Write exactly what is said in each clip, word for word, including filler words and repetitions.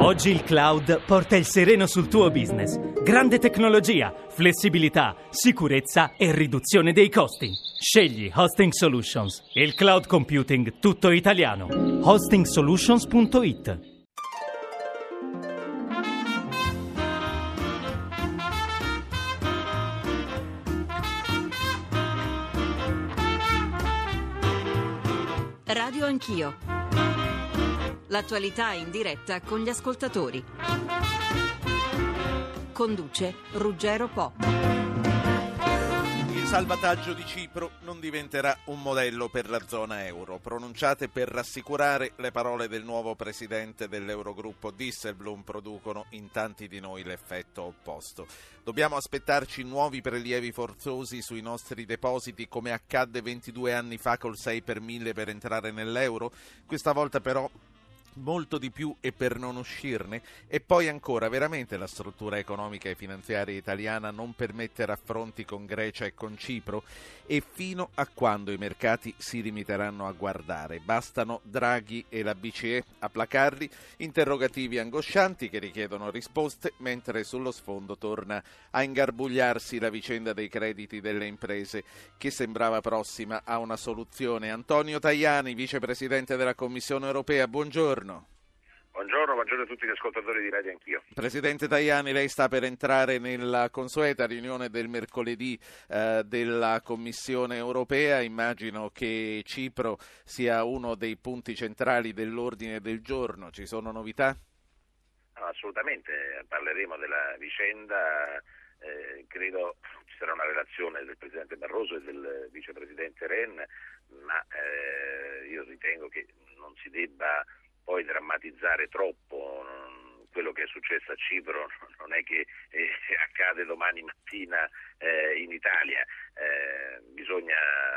Oggi il cloud porta il sereno sul tuo business. Grande tecnologia, flessibilità, sicurezza e riduzione dei costi. Scegli Hosting Solutions, il cloud computing tutto italiano. hosting solutions punto it. Radio Anch'io. L'attualità in diretta con gli ascoltatori. Conduce Ruggero Po. Il salvataggio di Cipro non diventerà un modello per la zona euro, pronunciate per rassicurare le parole del nuovo presidente dell'Eurogruppo Dijsselbloem producono in tanti di noi l'effetto opposto. Dobbiamo aspettarci nuovi prelievi forzosi sui nostri depositi come accadde ventidue anni fa col sei per mille per entrare nell'euro? Questa volta però molto di più e per non uscirne? E poi ancora, veramente la struttura economica e finanziaria italiana non permette raffronti con Grecia e con Cipro? E fino a quando i mercati si limiteranno a guardare? Bastano Draghi e la B C E a placarli? Interrogativi angoscianti che richiedono risposte, mentre sullo sfondo torna a ingarbugliarsi la vicenda dei crediti delle imprese che sembrava prossima a una soluzione. Antonio Tajani, vicepresidente della Commissione Europea, buongiorno. Buongiorno, buongiorno a tutti gli ascoltatori di Radio Anch'io. Presidente Tajani, lei sta per entrare nella consueta riunione del mercoledì eh, della Commissione Europea. Immagino che Cipro sia uno dei punti centrali dell'ordine del giorno. Ci sono novità? No, assolutamente, parleremo della vicenda. Eh, credo ci sarà una relazione del Presidente Barroso e del Vicepresidente Rehn, ma eh, io ritengo che non si debba poi drammatizzare troppo. Quello che è successo a Cipro non è che eh, accade domani mattina eh, in Italia. Eh, bisogna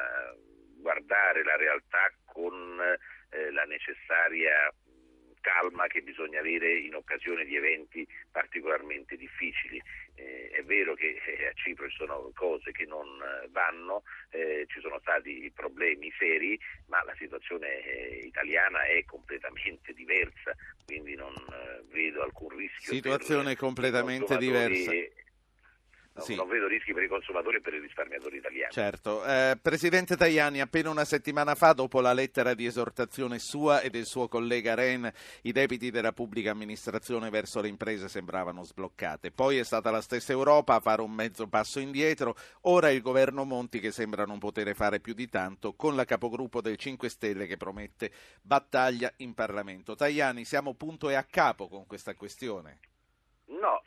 guardare la realtà con eh, la necessaria calma che bisogna avere in occasione di eventi particolarmente difficili. Eh, è vero che eh, a Cipro ci sono cose che non eh, vanno, eh, ci sono stati problemi seri, ma la situazione eh, italiana è completamente diversa, quindi non eh, vedo alcun rischio. Situazione per completamente diversa. No, sì. Non vedo rischi per i consumatori e per i risparmiatori italiani. Certo. Eh, Presidente Tajani, appena una settimana fa, dopo la lettera di esortazione sua e del suo collega Rehn, i debiti della pubblica amministrazione verso le imprese sembravano sbloccate. Poi è stata la stessa Europa a fare un mezzo passo indietro, ora il governo Monti che sembra non poter fare più di tanto, con la capogruppo del cinque Stelle che promette battaglia in Parlamento. Tajani, siamo punto e a capo con questa questione? No,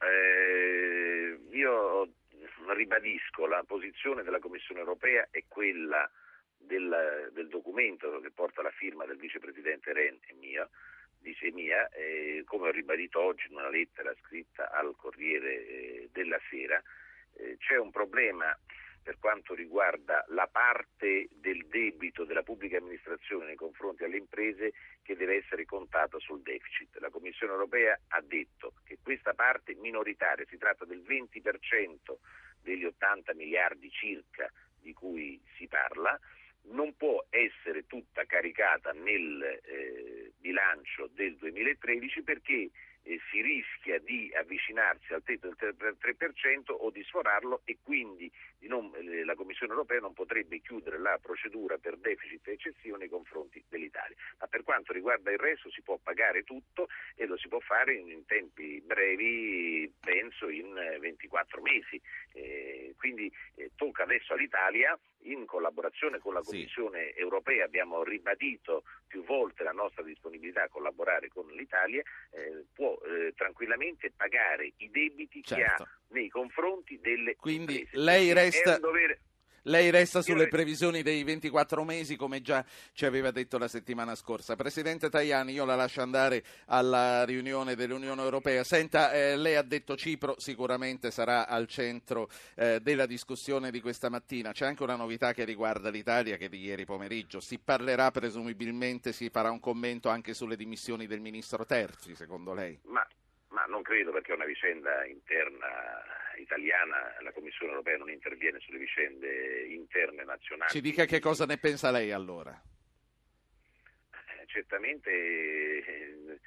eh, io ribadisco la posizione della Commissione Europea è quella del, del documento che porta la firma del vicepresidente Rehn e mia, dice mia, eh, come ho ribadito oggi in una lettera scritta al Corriere eh, della Sera. Eh, c'è un problema per quanto riguarda la parte del debito della pubblica amministrazione nei confronti alle imprese che deve essere contata sul deficit. La Commissione Europea ha detto che questa parte minoritaria, si tratta del venti per cento degli ottanta miliardi circa di cui si parla, non può essere tutta caricata nel eh, bilancio del duemilatredici perché eh, si rischia di avvicinarsi al tetto del tre per cento o di sforarlo e quindi di non, eh, la Commissione Europea non potrebbe chiudere la procedura per deficit eccessivo nei confronti dell'Italia. Ma per quanto riguarda il resto si può pagare tutto e lo si può fare in, in tempi brevi, penso in eh, ventiquattro mesi. Eh, quindi eh, tocca adesso all'Italia, in collaborazione con la Commissione sì. Europea abbiamo ribadito più volte la nostra disponibilità a collaborare con l'Italia, eh, può eh, tranquillamente pagare i debiti certo. che ha nei confronti delle Quindi imprese. lei resta... È un dovere... Lei resta sulle previsioni dei ventiquattro mesi, come già ci aveva detto la settimana scorsa. Presidente Tajani, io la lascio andare alla riunione dell'Unione Europea. Senta, eh, lei ha detto Cipro sicuramente sarà al centro eh, della discussione di questa mattina. C'è anche una novità che riguarda l'Italia, che è di ieri pomeriggio. Si parlerà presumibilmente, si farà un commento anche sulle dimissioni del ministro Terzi, secondo lei? Ma, ma non credo, perché è una vicenda interna italiana, la Commissione Europea non interviene sulle vicende interne nazionali. Ci dica che cosa ne pensa lei allora? Eh, certamente eh,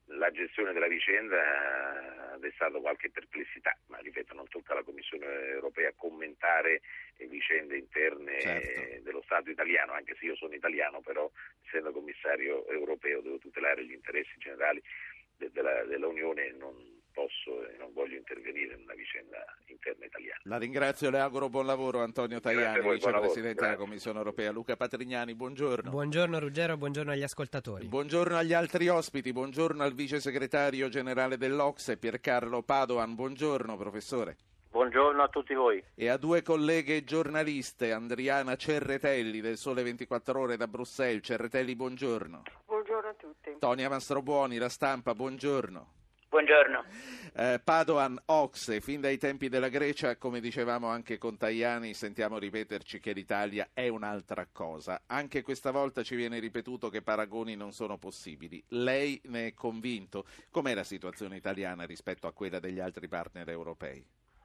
la gestione della vicenda ha destato qualche perplessità, ma ripeto, non tocca alla Commissione europea commentare vicende interne certo. dello Stato italiano, anche se io sono italiano, però essendo commissario europeo devo tutelare gli interessi generali de- della, dell'Unione e non posso e non voglio intervenire in una vicenda interna italiana. La ringrazio, le auguro buon lavoro. Antonio Tajani, voi, vicepresidente della Commissione europea. Luca Patrignani, buongiorno. Buongiorno Ruggero, buongiorno agli ascoltatori. Buongiorno agli altri ospiti, buongiorno al vice segretario generale dell'Ocse Piercarlo Padoan, buongiorno professore. Buongiorno a tutti voi. E a due colleghe giornaliste, Adriana Cerretelli del Sole ventiquattro Ore da Bruxelles. Cerretelli, buongiorno. Buongiorno a tutti. Tonia Mastrobuoni, La Stampa, buongiorno. Buongiorno. Eh, Padoan, Ocse, fin dai tempi della Grecia, come dicevamo anche con Tajani, sentiamo ripeterci che l'Italia è un'altra cosa. Anche questa volta ci viene ripetuto che paragoni non sono possibili. Lei ne è convinto? Com'è la situazione italiana rispetto a quella degli altri partner europei?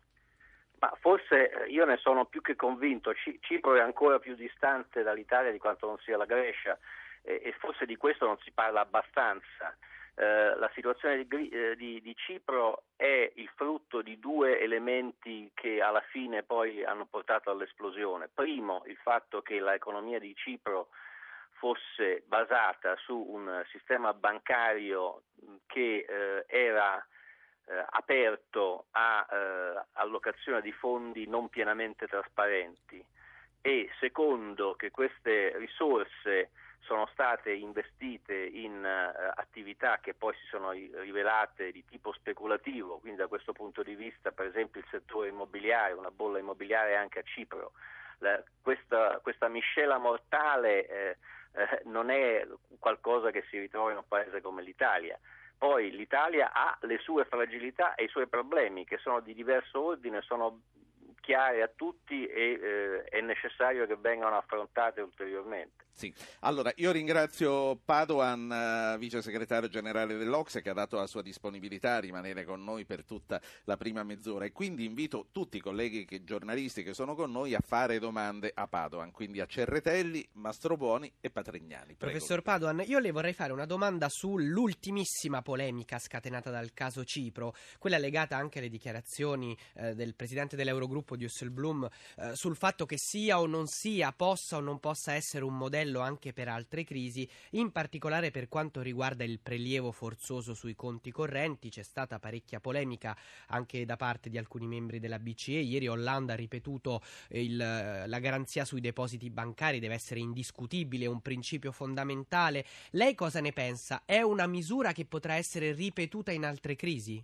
Ma forse io ne sono più che convinto. C- Cipro è ancora più distante dall'Italia di quanto non sia la Grecia e, e forse di questo non si parla abbastanza. Eh, la situazione di, eh, di, di Cipro è il frutto di due elementi che alla fine poi hanno portato all'esplosione. Primo, il fatto che l'economia di Cipro fosse basata su un sistema bancario che eh, era eh, aperto a eh, allocazione di fondi non pienamente trasparenti, e secondo, che queste risorse sono state investite in uh, attività che poi si sono rivelate di tipo speculativo, quindi da questo punto di vista per esempio il settore immobiliare, una bolla immobiliare anche a Cipro. La, questa, questa miscela mortale eh, eh, non è qualcosa che si ritrova in un paese come l'Italia. Poi l'Italia ha le sue fragilità e i suoi problemi che sono di diverso ordine, sono chiare a tutti e eh, è necessario che vengano affrontate ulteriormente. Sì, allora io ringrazio Padoan, eh, vice segretario generale dell'Ocse, che ha dato la sua disponibilità a rimanere con noi per tutta la prima mezz'ora, e quindi invito tutti i colleghi che, giornalisti che sono con noi a fare domande a Padoan, quindi a Cerretelli, Mastrobuoni e Patrignani. Prego. Professor Padoan, io le vorrei fare una domanda sull'ultimissima polemica scatenata dal caso Cipro, quella legata anche alle dichiarazioni eh, del presidente dell'Eurogruppo Dijsselbloem eh, sul fatto che sia o non sia, possa o non possa essere un modello anche per altre crisi, in particolare per quanto riguarda il prelievo forzoso sui conti correnti. C'è stata parecchia polemica anche da parte di alcuni membri della B C E. Ieri Hollande ha ripetuto il, la garanzia sui depositi bancari deve essere indiscutibile, un principio fondamentale. Lei cosa ne pensa? È una misura che potrà essere ripetuta in altre crisi?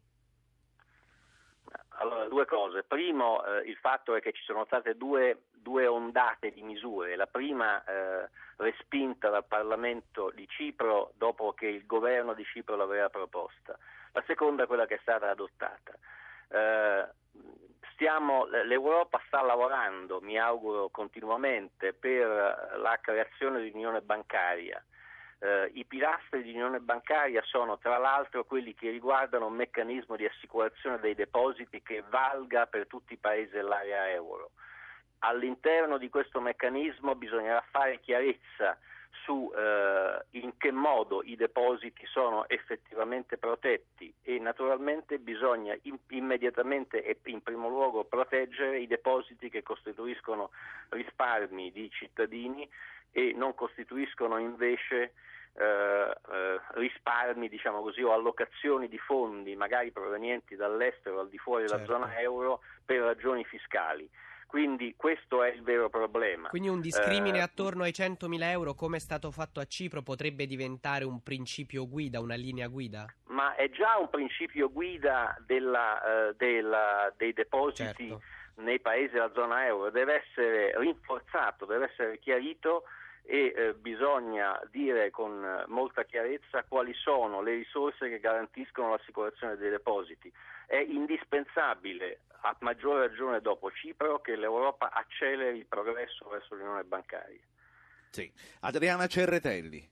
Allora, due cose. Primo, eh, il fatto è che ci sono state due, due ondate di misure. La prima eh, respinta dal Parlamento di Cipro dopo che il governo di Cipro l'aveva proposta. La seconda è quella che è stata adottata. Eh, stiamo, l'Europa sta lavorando, mi auguro continuamente, per la creazione di un'unione bancaria. Uh, I pilastri di unione bancaria sono tra l'altro quelli che riguardano un meccanismo di assicurazione dei depositi che valga per tutti i paesi dell'area euro. All'interno di questo meccanismo bisognerà fare chiarezza su uh, in che modo i depositi sono effettivamente protetti, e naturalmente bisogna in, immediatamente e in primo luogo proteggere i depositi che costituiscono risparmi di cittadini e non costituiscono invece eh, eh, risparmi, diciamo così, o allocazioni di fondi magari provenienti dall'estero al di fuori della certo. zona euro per ragioni fiscali. Quindi questo è il vero problema. Quindi un discrimine eh, attorno ai centomila euro, come è stato fatto a Cipro, potrebbe diventare un principio guida, una linea guida? Ma è già un principio guida della, eh, della, dei depositi certo. nei paesi della zona euro. Deve essere rinforzato, deve essere chiarito, e eh, bisogna dire con molta chiarezza quali sono le risorse che garantiscono l'assicurazione dei depositi. È indispensabile, a maggior ragione dopo Cipro, che l'Europa acceleri il progresso verso l'unione bancaria. Sì. Adriana Cerretelli.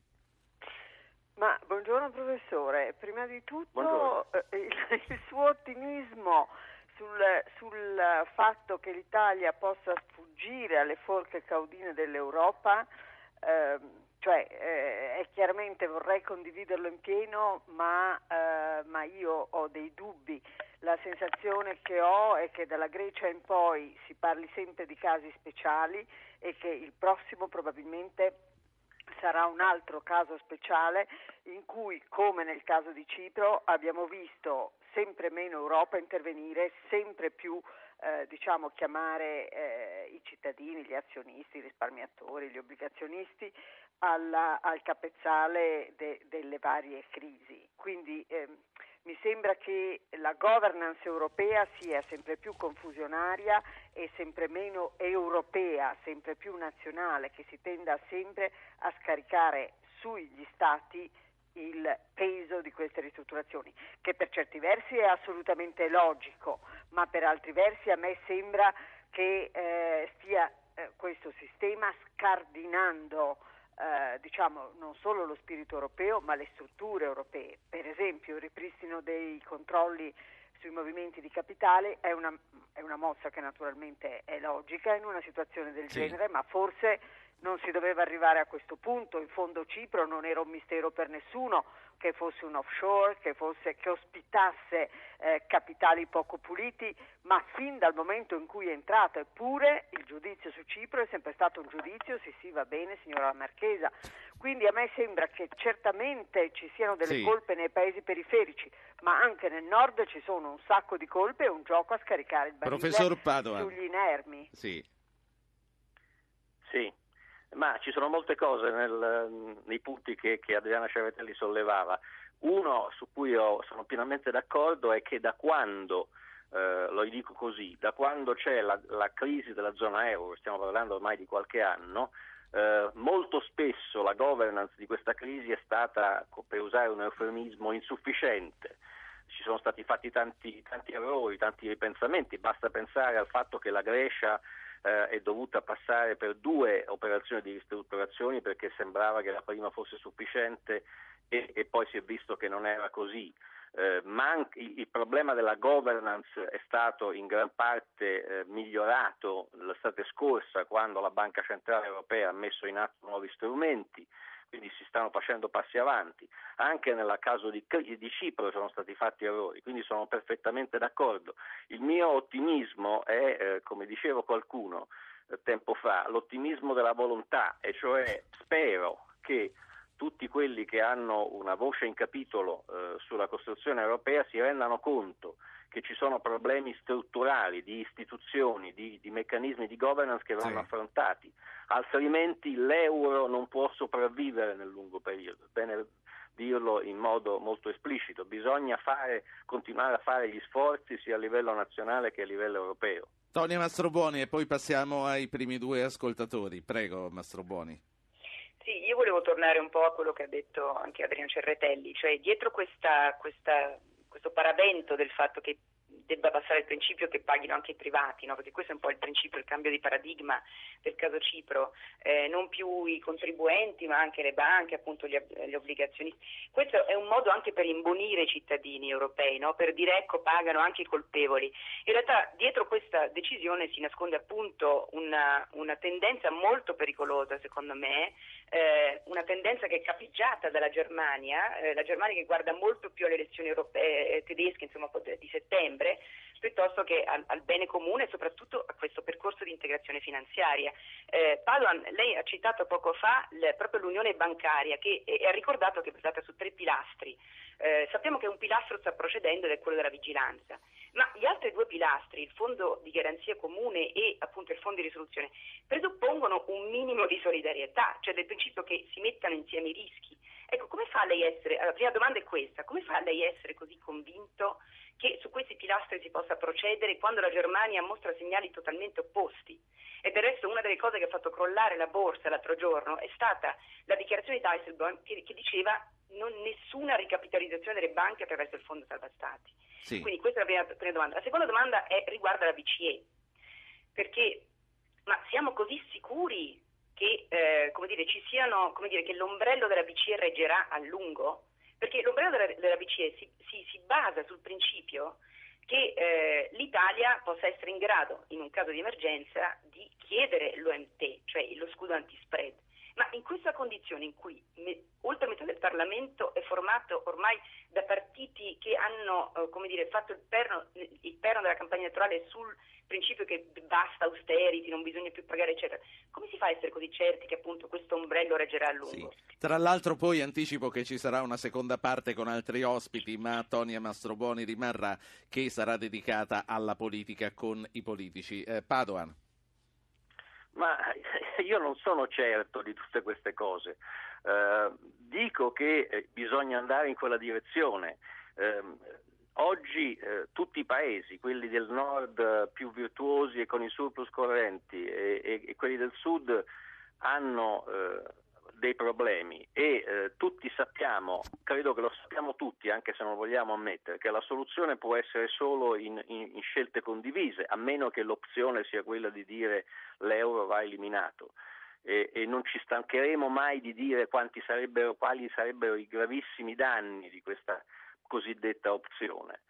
Ma buongiorno professore, prima di tutto eh, il, il suo ottimismo sul, sul fatto che l'Italia possa sfuggire alle forche caudine dell'Europa, eh, cioè eh, è chiaramente vorrei condividerlo in pieno, ma, eh, ma io ho dei dubbi. La sensazione che ho è che dalla Grecia in poi si parli sempre di casi speciali e che il prossimo probabilmente sarà un altro caso speciale in cui, come nel caso di Cipro, abbiamo visto sempre meno Europa intervenire, sempre più eh, diciamo chiamare eh, i cittadini, gli azionisti, i risparmiatori, gli obbligazionisti alla, al capezzale de, delle varie crisi. Quindi eh, mi sembra che la governance europea sia sempre più confusionaria e sempre meno europea, sempre più nazionale, che si tenda sempre a scaricare sugli stati il peso di queste ristrutturazioni, che per certi versi è assolutamente logico, ma per altri versi a me sembra che eh, stia eh, questo sistema scardinando eh, diciamo non solo lo spirito europeo ma le strutture europee. Per esempio il ripristino dei controlli sui movimenti di capitale è una, è una mossa che naturalmente è logica in una situazione del Sì. genere, ma forse non si doveva arrivare a questo punto. In fondo Cipro non era un mistero per nessuno che fosse un offshore, che fosse che ospitasse eh, capitali poco puliti, ma fin dal momento in cui è entrato, eppure il giudizio su Cipro è sempre stato un giudizio, sì sì va bene signora Marchesa. Quindi a me sembra che certamente ci siano delle Sì. colpe nei paesi periferici, ma anche nel nord ci sono un sacco di colpe e un gioco a scaricare il barile Professor Padoan. sugli inermi. Sì. Sì, ma ci sono molte cose nel, nei punti che, che Adriana Cerretelli sollevava. Uno su cui io sono pienamente d'accordo è che da quando, eh, lo dico così, da quando c'è la, la crisi della zona euro, stiamo parlando ormai di qualche anno, eh, molto spesso la governance di questa crisi è stata, per usare un eufemismo, insufficiente. Ci sono stati fatti tanti, tanti errori, tanti ripensamenti, basta pensare al fatto che la Grecia eh, è dovuta passare per due operazioni di ristrutturazione perché sembrava che la prima fosse sufficiente e, e poi si è visto che non era così. Eh, ma anche il problema della governance è stato in gran parte eh, migliorato l'estate scorsa quando la Banca Centrale Europea ha messo in atto nuovi strumenti, quindi si stanno facendo passi avanti. Anche nel caso di, di Cipro sono stati fatti errori, quindi sono perfettamente d'accordo. Il mio ottimismo è, eh, come diceva qualcuno eh, tempo fa, l'ottimismo della volontà, e cioè spero che tutti quelli che hanno una voce in capitolo eh, sulla costruzione europea si rendano conto che ci sono problemi strutturali di istituzioni, di, di meccanismi di governance che vanno Sì. affrontati, altrimenti l'euro non può sopravvivere nel lungo periodo. È bene dirlo in modo molto esplicito, bisogna fare, continuare a fare gli sforzi sia a livello nazionale che a livello europeo. Tonia Mastrobuoni, e poi passiamo ai primi due ascoltatori. Prego, Mastrobuoni. Sì, io volevo tornare un po' a quello che ha detto anche Adriano Cerretelli, cioè dietro questa, questa, questo paravento del fatto che debba passare il principio che paghino anche i privati, no? Perché questo è un po' il principio, il cambio di paradigma del caso Cipro, eh, non più i contribuenti ma anche le banche, appunto gli, gli obbligazionisti. Questo è un modo anche per imbonire i cittadini europei, no? Per dire ecco pagano anche i colpevoli. In realtà dietro questa decisione si nasconde appunto una, una tendenza molto pericolosa secondo me, eh, una tendenza che è capeggiata dalla Germania, eh, la Germania che guarda molto più alle elezioni europee tedesche insomma di settembre, piuttosto che al, al bene comune e soprattutto a questo percorso di integrazione finanziaria. Eh, Padoan, lei ha citato poco fa le, proprio l'unione bancaria che e ha ricordato che è basata su tre pilastri. Eh, sappiamo che un pilastro sta procedendo ed è quello della vigilanza, ma gli altri due pilastri, il fondo di garanzia comune e appunto il fondo di risoluzione, presuppongono un minimo di solidarietà, cioè del principio che si mettano insieme i rischi. Ecco, come fa lei a essere, la prima domanda è questa, come fa lei a essere così convinto che su questi pilastri si possa procedere quando la Germania mostra segnali totalmente opposti? E del resto una delle cose che ha fatto crollare la borsa l'altro giorno è stata la dichiarazione di Dijsselbloem che, che diceva non, nessuna ricapitalizzazione delle banche attraverso il fondo salva stati. Sì. Quindi questa è la prima, prima domanda. La seconda domanda è, riguarda la B C E, perché ma siamo così sicuri che eh, come dire, ci siano, come dire, che l'ombrello della B C E reggerà a lungo? Perché l'ombrello della, della B C E si, si, si basa sul principio che eh, l'Italia possa essere in grado, in un caso di emergenza, di chiedere l'O M T, cioè lo scudo antispread. Ma in questa condizione in cui me, oltre metà del Parlamento è formato ormai da partiti che hanno eh, come dire, fatto il perno, il perno della campagna elettorale sul principio che basta austerity, non bisogna più pagare eccetera, come si fa a essere così certi che appunto questo ombrello reggerà a lungo? Sì. Tra l'altro poi anticipo che ci sarà una seconda parte con altri ospiti, ma Tonia Mastrobuoni rimarrà, che sarà dedicata alla politica con i politici. Eh, Padoan. Ma io non sono certo di tutte queste cose. Eh, dico che eh, bisogna andare in quella direzione. Eh, oggi eh, tutti i paesi, quelli del nord eh, più virtuosi e con i surplus correnti e, e, e quelli del sud hanno eh, dei problemi e eh, tutti sappiamo, credo che lo sappiamo tutti anche se non vogliamo ammettere, che la soluzione può essere solo in, in, in scelte condivise, a meno che l'opzione sia quella di dire l'euro va eliminato e, e non ci stancheremo mai di dire quanti sarebbero, quali sarebbero i gravissimi danni di questa cosiddetta opzione.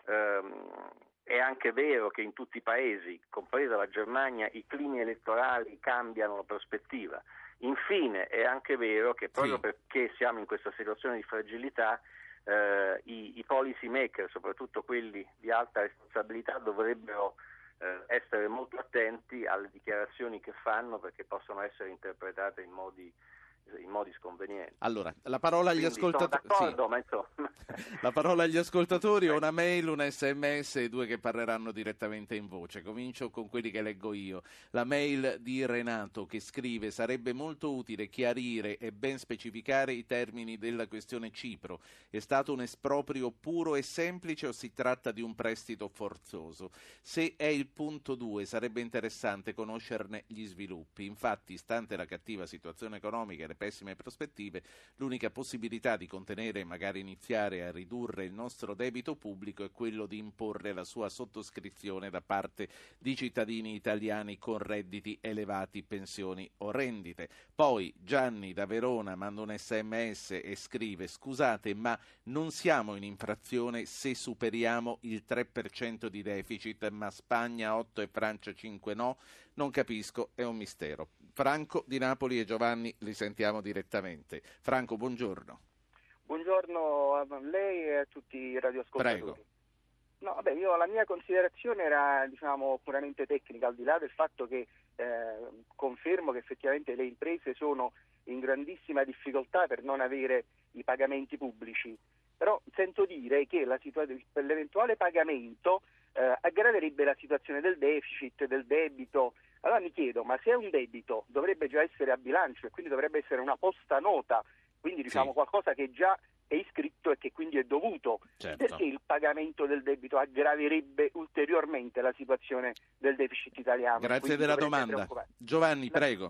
Um, È anche vero che in tutti i paesi, compresa la Germania, i climi elettorali cambiano la prospettiva. Infine è anche vero che proprio sì. perché siamo in questa situazione di fragilità, eh, i, i policy maker, soprattutto quelli di alta responsabilità, dovrebbero eh, essere molto attenti alle dichiarazioni che fanno, perché possono essere interpretate in modi in modi sconvenienti. Allora, la parola agli ascoltatori. Sì. Ma insomma. La parola agli ascoltatori, una mail, un sms e due che parleranno direttamente in voce. Comincio con quelli che leggo io. La mail di Renato che scrive: sarebbe molto utile chiarire e ben specificare i termini della questione Cipro. È stato un esproprio puro e semplice o si tratta di un prestito forzoso? Se è il punto due sarebbe interessante conoscerne gli sviluppi. Infatti, stante la cattiva situazione economica e le pessime prospettive, l'unica possibilità di contenere e magari iniziare a ridurre il nostro debito pubblico è quello di imporre la sua sottoscrizione da parte di cittadini italiani con redditi elevati, pensioni o rendite. Poi Gianni da Verona manda un sms e scrive: scusate, ma non siamo in infrazione se superiamo il tre per cento di deficit, ma Spagna otto e Francia cinque no? Non capisco, è un mistero. Franco di Napoli e Giovanni li sentiamo direttamente. Franco, buongiorno. Buongiorno a lei e a tutti i radioascoltatori. Prego. No, vabbè, io la mia considerazione era, diciamo, puramente tecnica, al di là del fatto che eh, confermo che effettivamente le imprese sono in grandissima difficoltà per non avere i pagamenti pubblici, però sento dire che la situa- per l'eventuale pagamento eh, aggraverebbe la situazione del deficit, del debito. Allora mi chiedo, ma se è un debito dovrebbe già essere a bilancio e quindi dovrebbe essere una posta nota, quindi diciamo sì. qualcosa che già è iscritto e che quindi è dovuto, certo. Perché il pagamento del debito aggraverebbe ulteriormente la situazione del deficit italiano? Grazie della domanda. Giovanni, la... prego.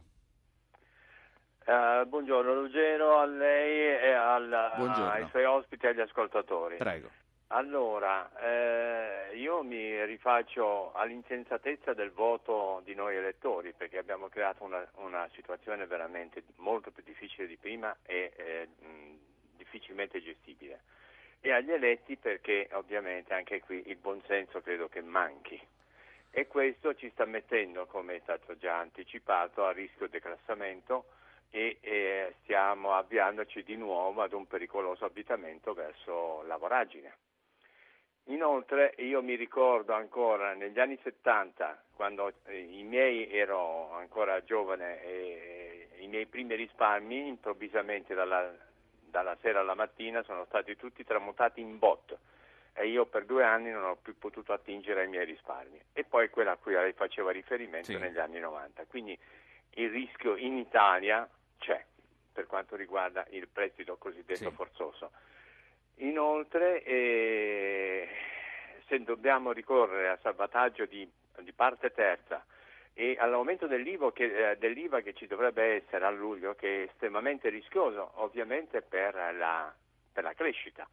Uh, buongiorno Ruggero, a lei e al, buongiorno. ai suoi ospiti e agli ascoltatori. Prego. Allora, eh, io mi rifaccio all'insensatezza del voto di noi elettori, perché abbiamo creato una, una situazione veramente molto più difficile di prima e eh, mh, difficilmente gestibile. E agli eletti perché ovviamente anche qui il buonsenso credo che manchi. E questo ci sta mettendo, come è stato già anticipato, a rischio declassamento e eh, stiamo avviandoci di nuovo ad un pericoloso avvitamento verso la voragine. Inoltre io mi ricordo ancora negli anni settanta, quando eh, i miei ero ancora giovane e eh, i miei primi risparmi improvvisamente dalla, dalla sera alla mattina sono stati tutti tramutati in bot e io per due anni non ho più potuto attingere ai miei risparmi. E poi quella a cui lei faceva riferimento sì. negli anni novanta. Quindi il rischio in Italia c'è per quanto riguarda il prestito cosiddetto sì. forzoso. Inoltre, eh, se dobbiamo ricorrere al salvataggio di, di parte terza e all'aumento dell'I V A, che, eh, dell'I V A che ci dovrebbe essere a luglio, che è estremamente rischioso ovviamente per la, per la crescita.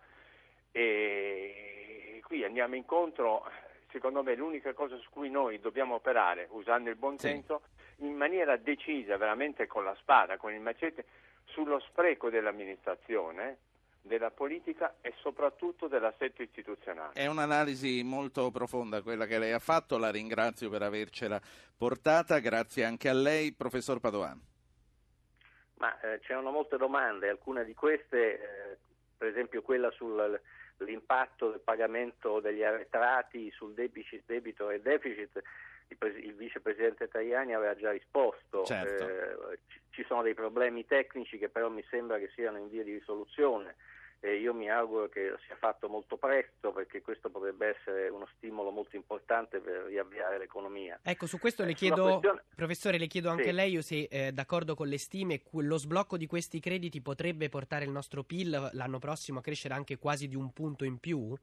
E qui andiamo incontro, secondo me l'unica cosa su cui noi dobbiamo operare, usando il buon senso, sì. in maniera decisa, veramente con la spada, con il macete, sullo spreco dell'amministrazione, della politica e soprattutto dell'assetto istituzionale. È un'analisi molto profonda quella che lei ha fatto, la ringrazio per avercela portata, grazie anche a lei, professor Padoan. Ma eh, c'erano molte domande, alcune di queste, eh, per esempio quella sull'impatto del pagamento degli arretrati sul deficit, debito e deficit, il, pres- il vicepresidente Tajani aveva già risposto. Certo. Eh, ci, ci sono dei problemi tecnici che però mi sembra che siano in via di risoluzione. E io mi auguro che sia fatto molto presto, perché questo potrebbe essere uno stimolo molto importante per riavviare l'economia. Ecco, su questo Eh, le sulla chiedo, questione- professore, le chiedo anche Sì. lei se è d'accordo con le stime, que- lo sblocco di questi crediti potrebbe portare il nostro P I L l'anno prossimo a crescere anche quasi di un punto in più?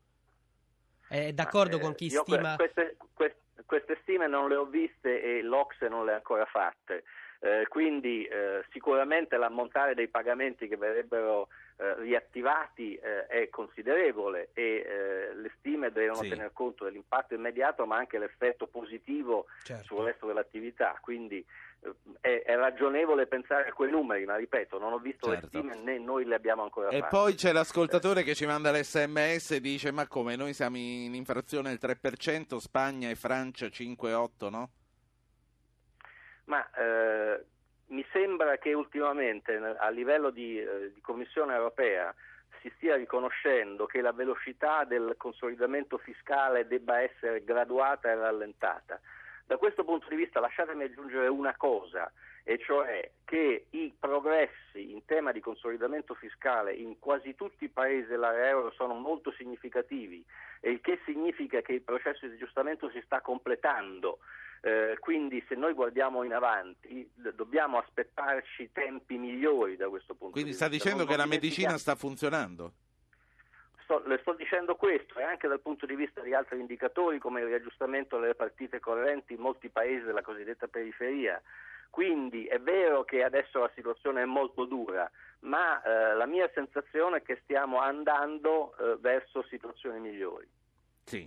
È d'accordo Ma, eh, con chi io que- stima... Queste, queste, queste stime non le ho viste e l'O C S E non le ha ancora fatte. Eh, quindi eh, sicuramente l'ammontare dei pagamenti che verrebbero eh, riattivati eh, è considerevole e eh, le stime devono Sì. tener conto dell'impatto immediato ma anche l'effetto positivo Certo. sul resto dell'attività, quindi eh, è, è ragionevole pensare a quei numeri, ma ripeto, non ho visto Certo. le stime né noi le abbiamo ancora E fatte. poi c'è l'ascoltatore che ci manda l'esse emme esse e dice: ma come, noi siamo in infrazione del tre per cento, Spagna e Francia cinque otto, no? Ma eh, mi sembra che ultimamente a livello di, eh, di Commissione europea si stia riconoscendo che la velocità del consolidamento fiscale debba essere graduata e rallentata. Da questo punto di vista lasciatemi aggiungere una cosa, e cioè che i progressi in tema di consolidamento fiscale in quasi tutti i paesi dell'area euro sono molto significativi, e il che significa che il processo di aggiustamento si sta completando. Eh, quindi se noi guardiamo in avanti d- dobbiamo aspettarci tempi migliori da questo punto Quindi di sta vista. dicendo Non- che la non medicina dimentichiamo- sta funzionando? Sto, le sto dicendo questo, e anche dal punto di vista di altri indicatori come il riaggiustamento delle partite correnti in molti paesi della cosiddetta periferia. Quindi è vero che adesso la situazione è molto dura, ma eh, la mia sensazione è che stiamo andando eh, verso situazioni migliori. Sì.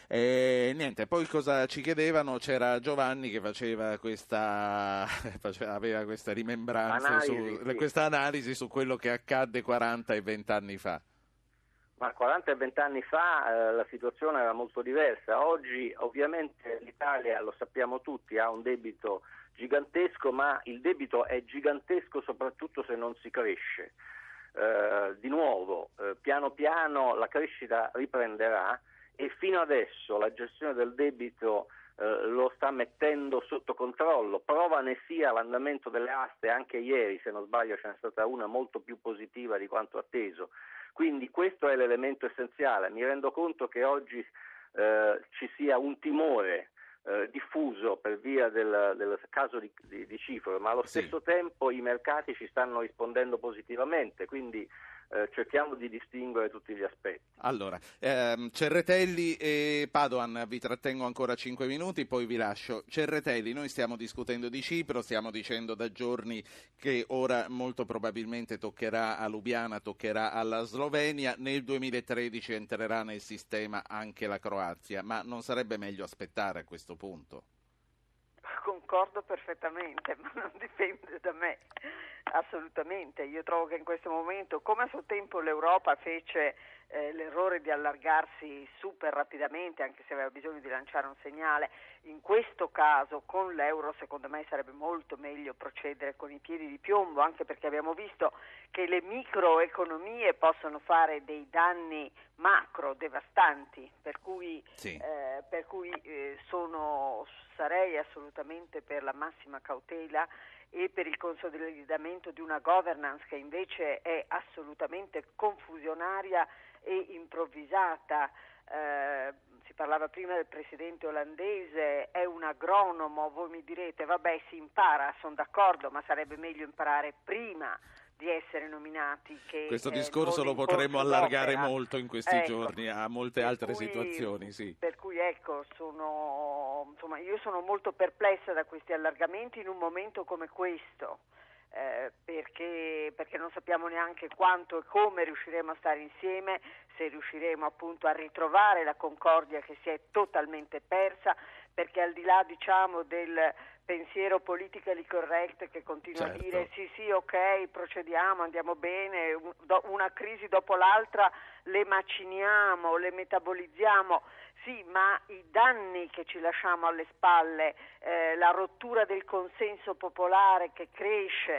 E niente, poi cosa ci chiedevano? C'era Giovanni che faceva questa faceva, aveva questa rimembranza, Analisi, su, sì. questa analisi su quello che accadde quaranta e venti anni fa. Ma quaranta e venti anni fa eh, la situazione era molto diversa. Oggi ovviamente l'Italia, lo sappiamo tutti, ha un debito gigantesco, ma il debito è gigantesco soprattutto se non si cresce. Eh, di nuovo, eh, piano piano la crescita riprenderà, e fino adesso la gestione del debito eh, lo sta mettendo sotto controllo. Prova ne sia l'andamento delle aste. Anche ieri, se non sbaglio, ce n'è stata una molto più positiva di quanto atteso. Quindi questo è l'elemento essenziale. Mi rendo conto che oggi eh, ci sia un timore eh, diffuso per via del, del caso di, di, di Cipro, ma allo Sì. stesso tempo i mercati ci stanno rispondendo positivamente, quindi eh, cerchiamo di distinguere tutti gli aspetti. Allora, ehm, Cerretelli e Padoan, vi trattengo ancora cinque minuti, poi vi lascio. Cerretelli, noi stiamo discutendo di Cipro, stiamo dicendo da giorni che ora molto probabilmente toccherà a Lubiana, toccherà alla Slovenia, nel duemilatredici entrerà nel sistema anche la Croazia, ma non sarebbe meglio aspettare a questo punto? Concordo perfettamente, ma non dipende da me, assolutamente. Io trovo che in questo momento, come a suo tempo l'Europa fece eh, l'errore di allargarsi super rapidamente, anche se aveva bisogno di lanciare un segnale, in questo caso con l'euro secondo me sarebbe molto meglio procedere con i piedi di piombo, anche perché abbiamo visto che le microeconomie possono fare dei danni macro devastanti, per cui, Sì. eh, per cui eh, sono, sarei assolutamente per la massima cautela e per il consolidamento di una governance che invece è assolutamente confusionaria e improvvisata. Eh, si parlava prima del presidente olandese, è un agronomo, voi mi direte vabbè si impara, sono d'accordo, ma sarebbe meglio imparare prima di essere nominati che Questo eh, discorso non lo in potremmo corso allargare d'opera. molto in questi Ecco, giorni a molte per altre cui- situazioni, sì. Per cui ecco, sono, insomma, io sono molto perplessa da questi allargamenti in un momento come questo. Eh, perché, perché non sappiamo neanche quanto e come riusciremo a stare insieme, se riusciremo appunto a ritrovare la concordia che si è totalmente persa, perché al di là diciamo del pensiero politically correct che continua Certo. a dire sì sì ok procediamo, andiamo bene, un- do- una crisi dopo l'altra le maciniamo, le metabolizziamo. Sì, ma i danni che ci lasciamo alle spalle, eh, la rottura del consenso popolare che cresce,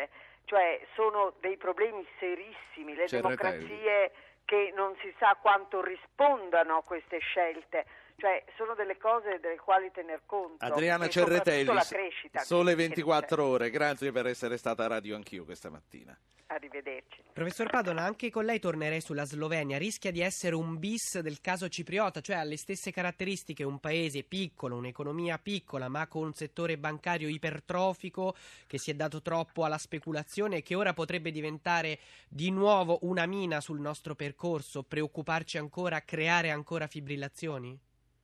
cioè sono dei problemi serissimi, le Cerretelli. democrazie che non si sa quanto rispondano a queste scelte, cioè sono delle cose delle quali tener conto. Adriana e soprattutto Cerretelli, la crescita. Sole che- che ventiquattro ore, grazie per essere stata a Radio Anch'io questa mattina. Arrivederci. Professor Padoan, anche con lei tornerei sulla Slovenia. Rischia di essere un bis del caso cipriota, cioè ha le stesse caratteristiche, un paese piccolo, un'economia piccola, ma con un settore bancario ipertrofico che si è dato troppo alla speculazione e che ora potrebbe diventare di nuovo una mina sul nostro percorso, preoccuparci ancora, creare ancora fibrillazioni?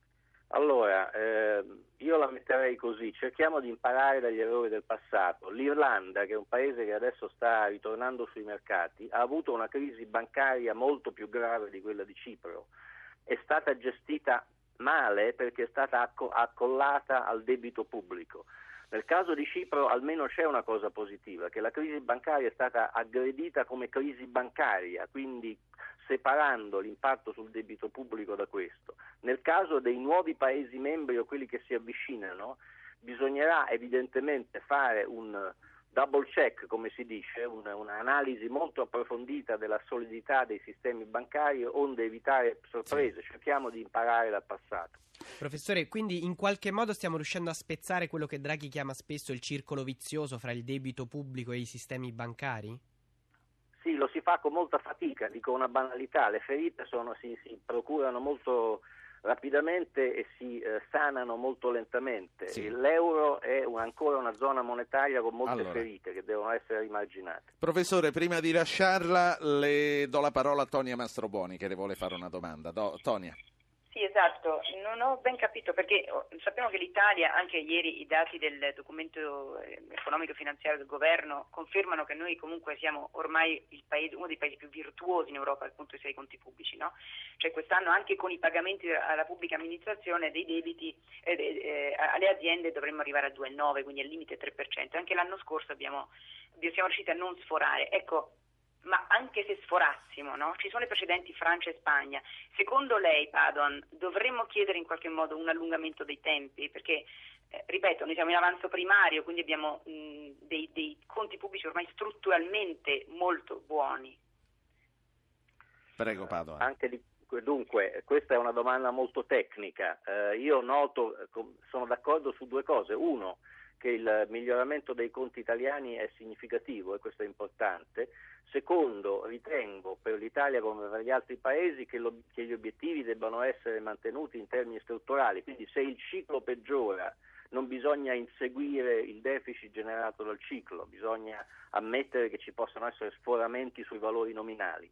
Allora, eh, io la metterei così: cerchiamo di imparare dagli errori del passato. L'Irlanda, che è un paese che adesso sta ritornando sui mercati, ha avuto una crisi bancaria molto più grave di quella di Cipro. È stata gestita male perché è stata acco- accollata al debito pubblico. Nel caso di Cipro almeno c'è una cosa positiva, che la crisi bancaria è stata aggredita come crisi bancaria, quindi separando l'impatto sul debito pubblico da questo. Nel caso dei nuovi Paesi membri o quelli che si avvicinano, bisognerà evidentemente fare un double check, come si dice, un, un'analisi molto approfondita della solidità dei sistemi bancari, onde evitare sorprese. Cerchiamo di imparare dal passato. Professore, quindi in qualche modo stiamo riuscendo a spezzare quello che Draghi chiama spesso il circolo vizioso fra il debito pubblico e i sistemi bancari? Sì, lo si fa con molta fatica, dico una banalità, le ferite sono, si, si procurano molto rapidamente e si eh, sanano molto lentamente. Sì. L'euro è un, ancora una zona monetaria con molte Allora. ferite che devono essere rimarginate. Professore, prima di lasciarla le do la parola a Tonia Mastrobuoni che le vuole fare una domanda. Do, Tonia. Sì, esatto, non ho ben capito perché oh, sappiamo che l'Italia, anche ieri i dati del documento eh, economico-finanziario del governo confermano che noi comunque siamo ormai il paese, uno dei paesi più virtuosi in Europa dal punto di vista dei conti pubblici, no? Cioè quest'anno anche con i pagamenti alla pubblica amministrazione dei debiti eh, eh, alle aziende dovremmo arrivare a due virgola nove, quindi al limite tre per cento. Anche l'anno scorso abbiamo, siamo riusciti a non sforare. Ecco, ma anche se sforassimo, no? Ci sono i precedenti Francia e Spagna. Secondo lei, Padoan, dovremmo chiedere in qualche modo un allungamento dei tempi? Perché, eh, ripeto, noi siamo in avanzo primario, quindi abbiamo mh, dei, dei conti pubblici ormai strutturalmente molto buoni. Prego, Padoan. Anche di, dunque, questa è una domanda molto tecnica. Eh, io noto, sono d'accordo su due cose. Uno, che il miglioramento dei conti italiani è significativo e questo è importante. Secondo, ritengo per l'Italia come per gli altri paesi che, lo, che gli obiettivi debbano essere mantenuti in termini strutturali, quindi se il ciclo peggiora non bisogna inseguire il deficit generato dal ciclo, bisogna ammettere che ci possano essere sforamenti sui valori nominali.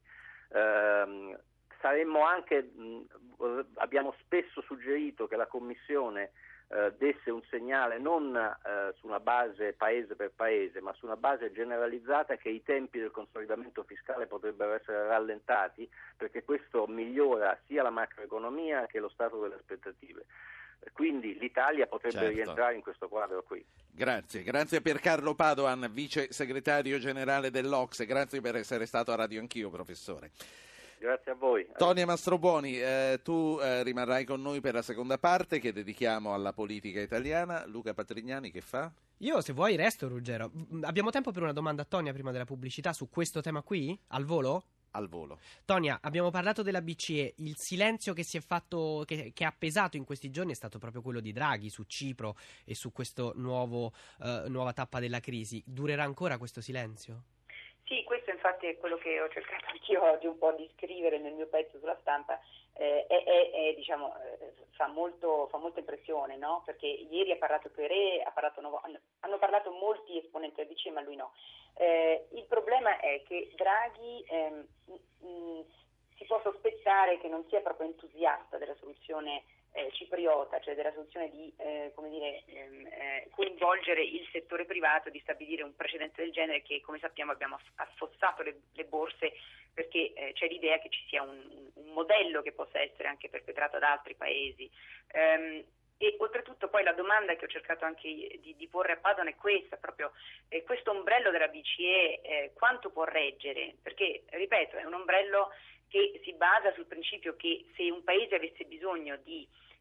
Ehm, saremmo anche, mh, abbiamo spesso suggerito che la Commissione Uh, desse un segnale non uh, su una base paese per paese, ma su una base generalizzata, che i tempi del consolidamento fiscale potrebbero essere rallentati, perché questo migliora sia la macroeconomia che lo stato delle aspettative. Quindi l'Italia potrebbe Certo. rientrare in questo quadro qui. Grazie, grazie per Carlo Padoan, vice segretario generale dell'O C S E, grazie per essere stato a Radio Anch'io, professore. Grazie a voi. Tonia Mastrobuoni, eh, tu eh, rimarrai con noi per la seconda parte che dedichiamo alla politica italiana. Luca Patrignani che fa? Io, se vuoi, resto, Ruggero. Abbiamo tempo per una domanda a Tonia prima della pubblicità su questo tema qui? Al volo? Al volo. Tonia, abbiamo parlato della B C E, il silenzio che si è fatto, che, che ha pesato in questi giorni è stato proprio quello di Draghi su Cipro e su questo nuovo, eh, nuova tappa della crisi. Durerà ancora questo silenzio? Sì, questo infatti è quello che ho cercato anch'io oggi un po' di scrivere nel mio pezzo sulla stampa. Eh, è, è, è, diciamo, eh, fa molto, fa molta impressione, no? Perché ieri ha parlato Queré, ha parlato Novo, hanno, hanno parlato molti esponenti del B C E, ma lui no. Eh, il problema è che Draghi ehm, mh, si può sospettare che non sia proprio entusiasta della soluzione eh, cipriota, cioè della soluzione di eh, come dire, ehm, eh, coinvolgere il settore privato, di stabilire un precedente del genere che, come sappiamo, abbiamo affossato le, le borse perché eh, c'è l'idea che ci sia un, un modello che possa essere anche perpetrato da altri paesi. Um, e oltretutto poi la domanda che ho cercato anche di, di porre a Padoan è questa, proprio eh, questo ombrello della B C E eh, quanto può reggere? Perché, ripeto, è un ombrello che si basa sul principio che se un paese avesse bisogno di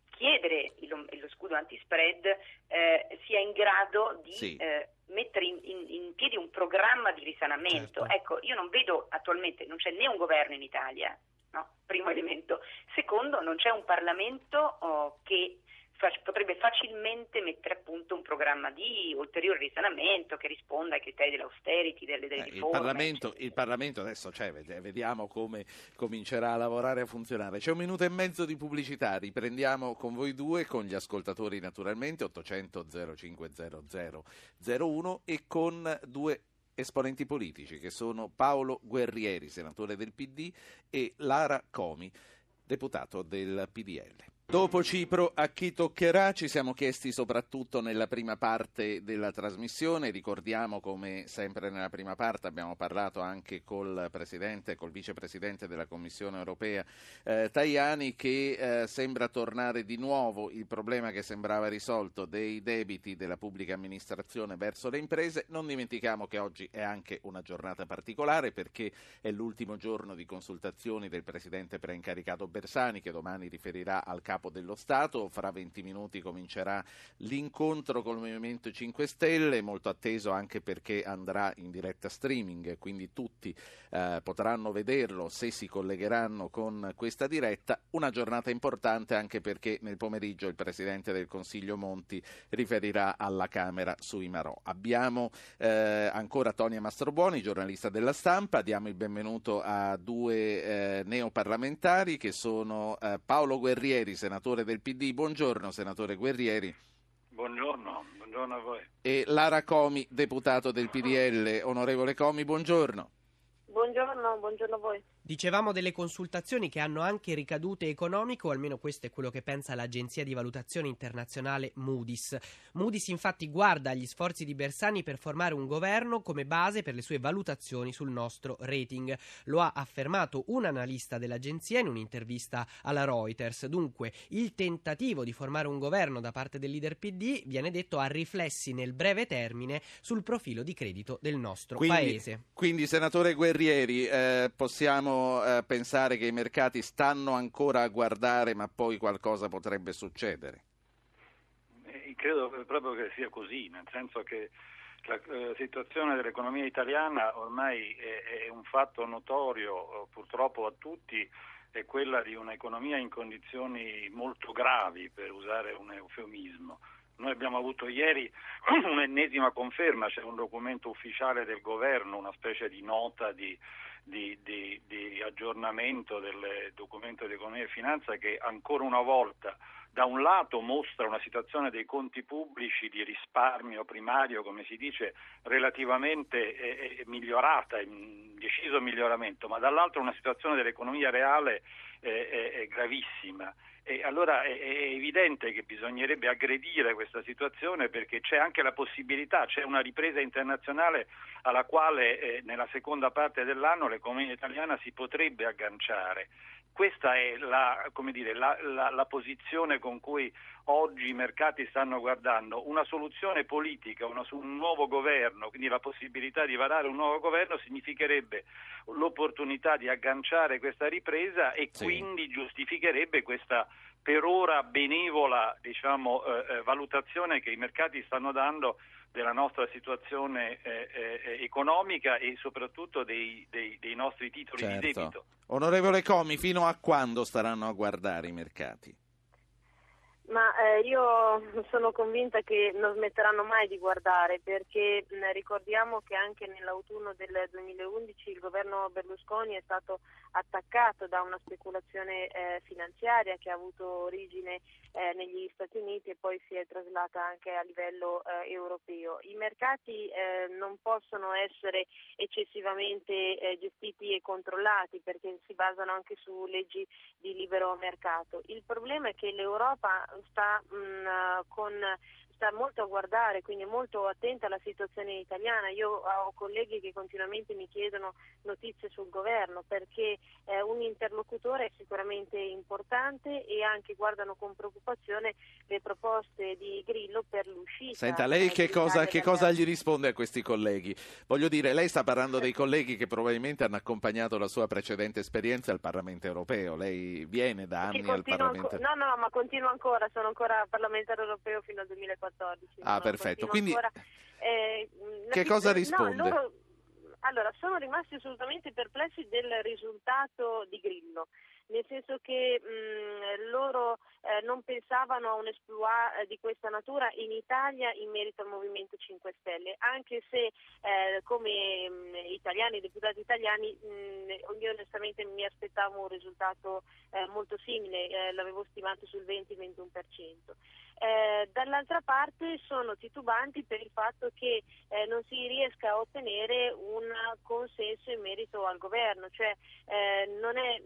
chiedere il, lo scudo antispread eh, sia in grado di sì. eh, mettere in, in, in piedi un programma di risanamento. Certo. Ecco, io non vedo attualmente, non c'è né un governo in Italia, no? Primo elemento. Secondo, non c'è un Parlamento oh, che potrebbe facilmente mettere a punto un programma di ulteriore risanamento che risponda ai criteri dell'austerity, delle, delle eh, riforme. Il Parlamento, il Parlamento adesso c'è, vediamo come comincerà a lavorare e a funzionare. C'è un minuto e mezzo di pubblicità, riprendiamo con voi due, con gli ascoltatori naturalmente, ottocento zero cinque zero zero zero uno, e con due esponenti politici che sono Paolo Guerrieri, senatore del P D, e Lara Comi, deputato del P D L. Dopo Cipro, a chi toccherà? Ci siamo chiesti soprattutto nella prima parte della trasmissione. Ricordiamo, come sempre nella prima parte, abbiamo parlato anche col presidente, col vicepresidente della Commissione europea eh, Tajani, che eh, sembra tornare di nuovo il problema che sembrava risolto dei debiti della pubblica amministrazione verso le imprese. Non dimentichiamo che oggi è anche una giornata particolare, perché è l'ultimo giorno di consultazioni del presidente preincaricato Bersani, che domani riferirà al capo dello Stato. Fra venti minuti comincerà l'incontro col Movimento cinque Stelle, molto atteso anche perché andrà in diretta streaming, quindi tutti eh, potranno vederlo se si collegheranno con questa diretta. Una giornata importante anche perché nel pomeriggio il Presidente del Consiglio Monti riferirà alla Camera sui Marò. Abbiamo eh, ancora Tonia Mastrobuoni, giornalista della Stampa. Diamo il benvenuto a due eh, neoparlamentari che sono eh, Paolo Guerrieri, senatore del P D. Buongiorno, senatore Guerrieri. Buongiorno, buongiorno a voi. E Lara Comi, deputato del P D L. Onorevole Comi, buongiorno. Buongiorno, buongiorno a voi. Dicevamo delle consultazioni che hanno anche ricadute economiche, o almeno questo è quello che pensa l'agenzia di valutazione internazionale Moody's. Moody's infatti guarda agli sforzi di Bersani per formare un governo come base per le sue valutazioni sul nostro rating. Lo ha affermato un analista dell'agenzia in un'intervista alla Reuters. Dunque, il tentativo di formare un governo da parte del leader P D, viene detto, ha riflessi nel breve termine sul profilo di credito del nostro quindi, paese. Quindi, senatore Guerrieri, eh, possiamo eh, pensare che i mercati stanno ancora a guardare, ma poi qualcosa potrebbe succedere? Eh, credo proprio che sia così, nel senso che la eh, situazione dell'economia italiana ormai è, è un fatto notorio, eh, purtroppo a tutti, è quella di un'economia in condizioni molto gravi, per usare un eufemismo. Noi abbiamo avuto ieri un'ennesima conferma, c'è un documento ufficiale del governo, una specie di nota di, di, di, di aggiornamento del documento di economia e finanza, che ancora una volta da un lato mostra una situazione dei conti pubblici di risparmio primario, come si dice, relativamente eh, migliorata, in deciso miglioramento, ma dall'altro una situazione dell'economia reale eh, eh, gravissima. E allora è, è evidente che bisognerebbe aggredire questa situazione, perché c'è anche la possibilità, c'è una ripresa internazionale alla quale eh, nella seconda parte dell'anno l'economia italiana si potrebbe agganciare. Questa è la, come dire, la, la, la posizione con cui oggi i mercati stanno guardando. Una soluzione politica, una, un nuovo governo, quindi la possibilità di varare un nuovo governo, significherebbe l'opportunità di agganciare questa ripresa e sì. quindi giustificherebbe questa per ora benevola, diciamo, eh, valutazione che i mercati stanno dando della nostra situazione eh, eh, economica e soprattutto dei, dei, dei nostri titoli certo. di debito. Onorevole Comi, fino a quando staranno a guardare i mercati? Ma eh, io sono convinta che non smetteranno mai di guardare, perché mh, ricordiamo che anche nell'autunno del duemilaundici il governo Berlusconi è stato attaccato da una speculazione eh, finanziaria che ha avuto origine eh, negli Stati Uniti e poi si è traslata anche a livello eh, europeo. I mercati eh, non possono essere eccessivamente eh, gestiti e controllati, perché si basano anche su leggi di libero mercato. Il problema è che l'Europa sta mh, con sta molto a guardare, quindi è molto attenta alla situazione italiana. Io ho colleghi che continuamente mi chiedono notizie sul governo, perché eh, un interlocutore è sicuramente importante e anche guardano con preoccupazione le proposte di Grillo per l'uscita. Senta, lei che cosa, che cosa dalla... gli risponde a questi colleghi? Voglio dire, lei sta parlando dei colleghi che probabilmente hanno accompagnato la sua precedente esperienza al Parlamento europeo. Lei viene da anni al Parlamento europeo. No, no, ma continuo ancora, sono ancora parlamentare europeo fino al duemilaquattordici. Ah, no, perfetto. Quindi eh, che la... cosa risponde? No, loro... Allora, sono rimasti assolutamente perplessi del risultato di Grillo, nel senso che mh, loro eh, non pensavano a un exploit eh, di questa natura in Italia in merito al Movimento cinque Stelle, anche se eh, come mh, italiani, deputati italiani, mh, io onestamente mi aspettavo un risultato eh, molto simile, eh, l'avevo stimato sul venti ventuno per cento. Eh, dall'altra parte sono titubanti per il fatto che eh, non si riesca a ottenere un consenso in merito al governo, cioè eh, non è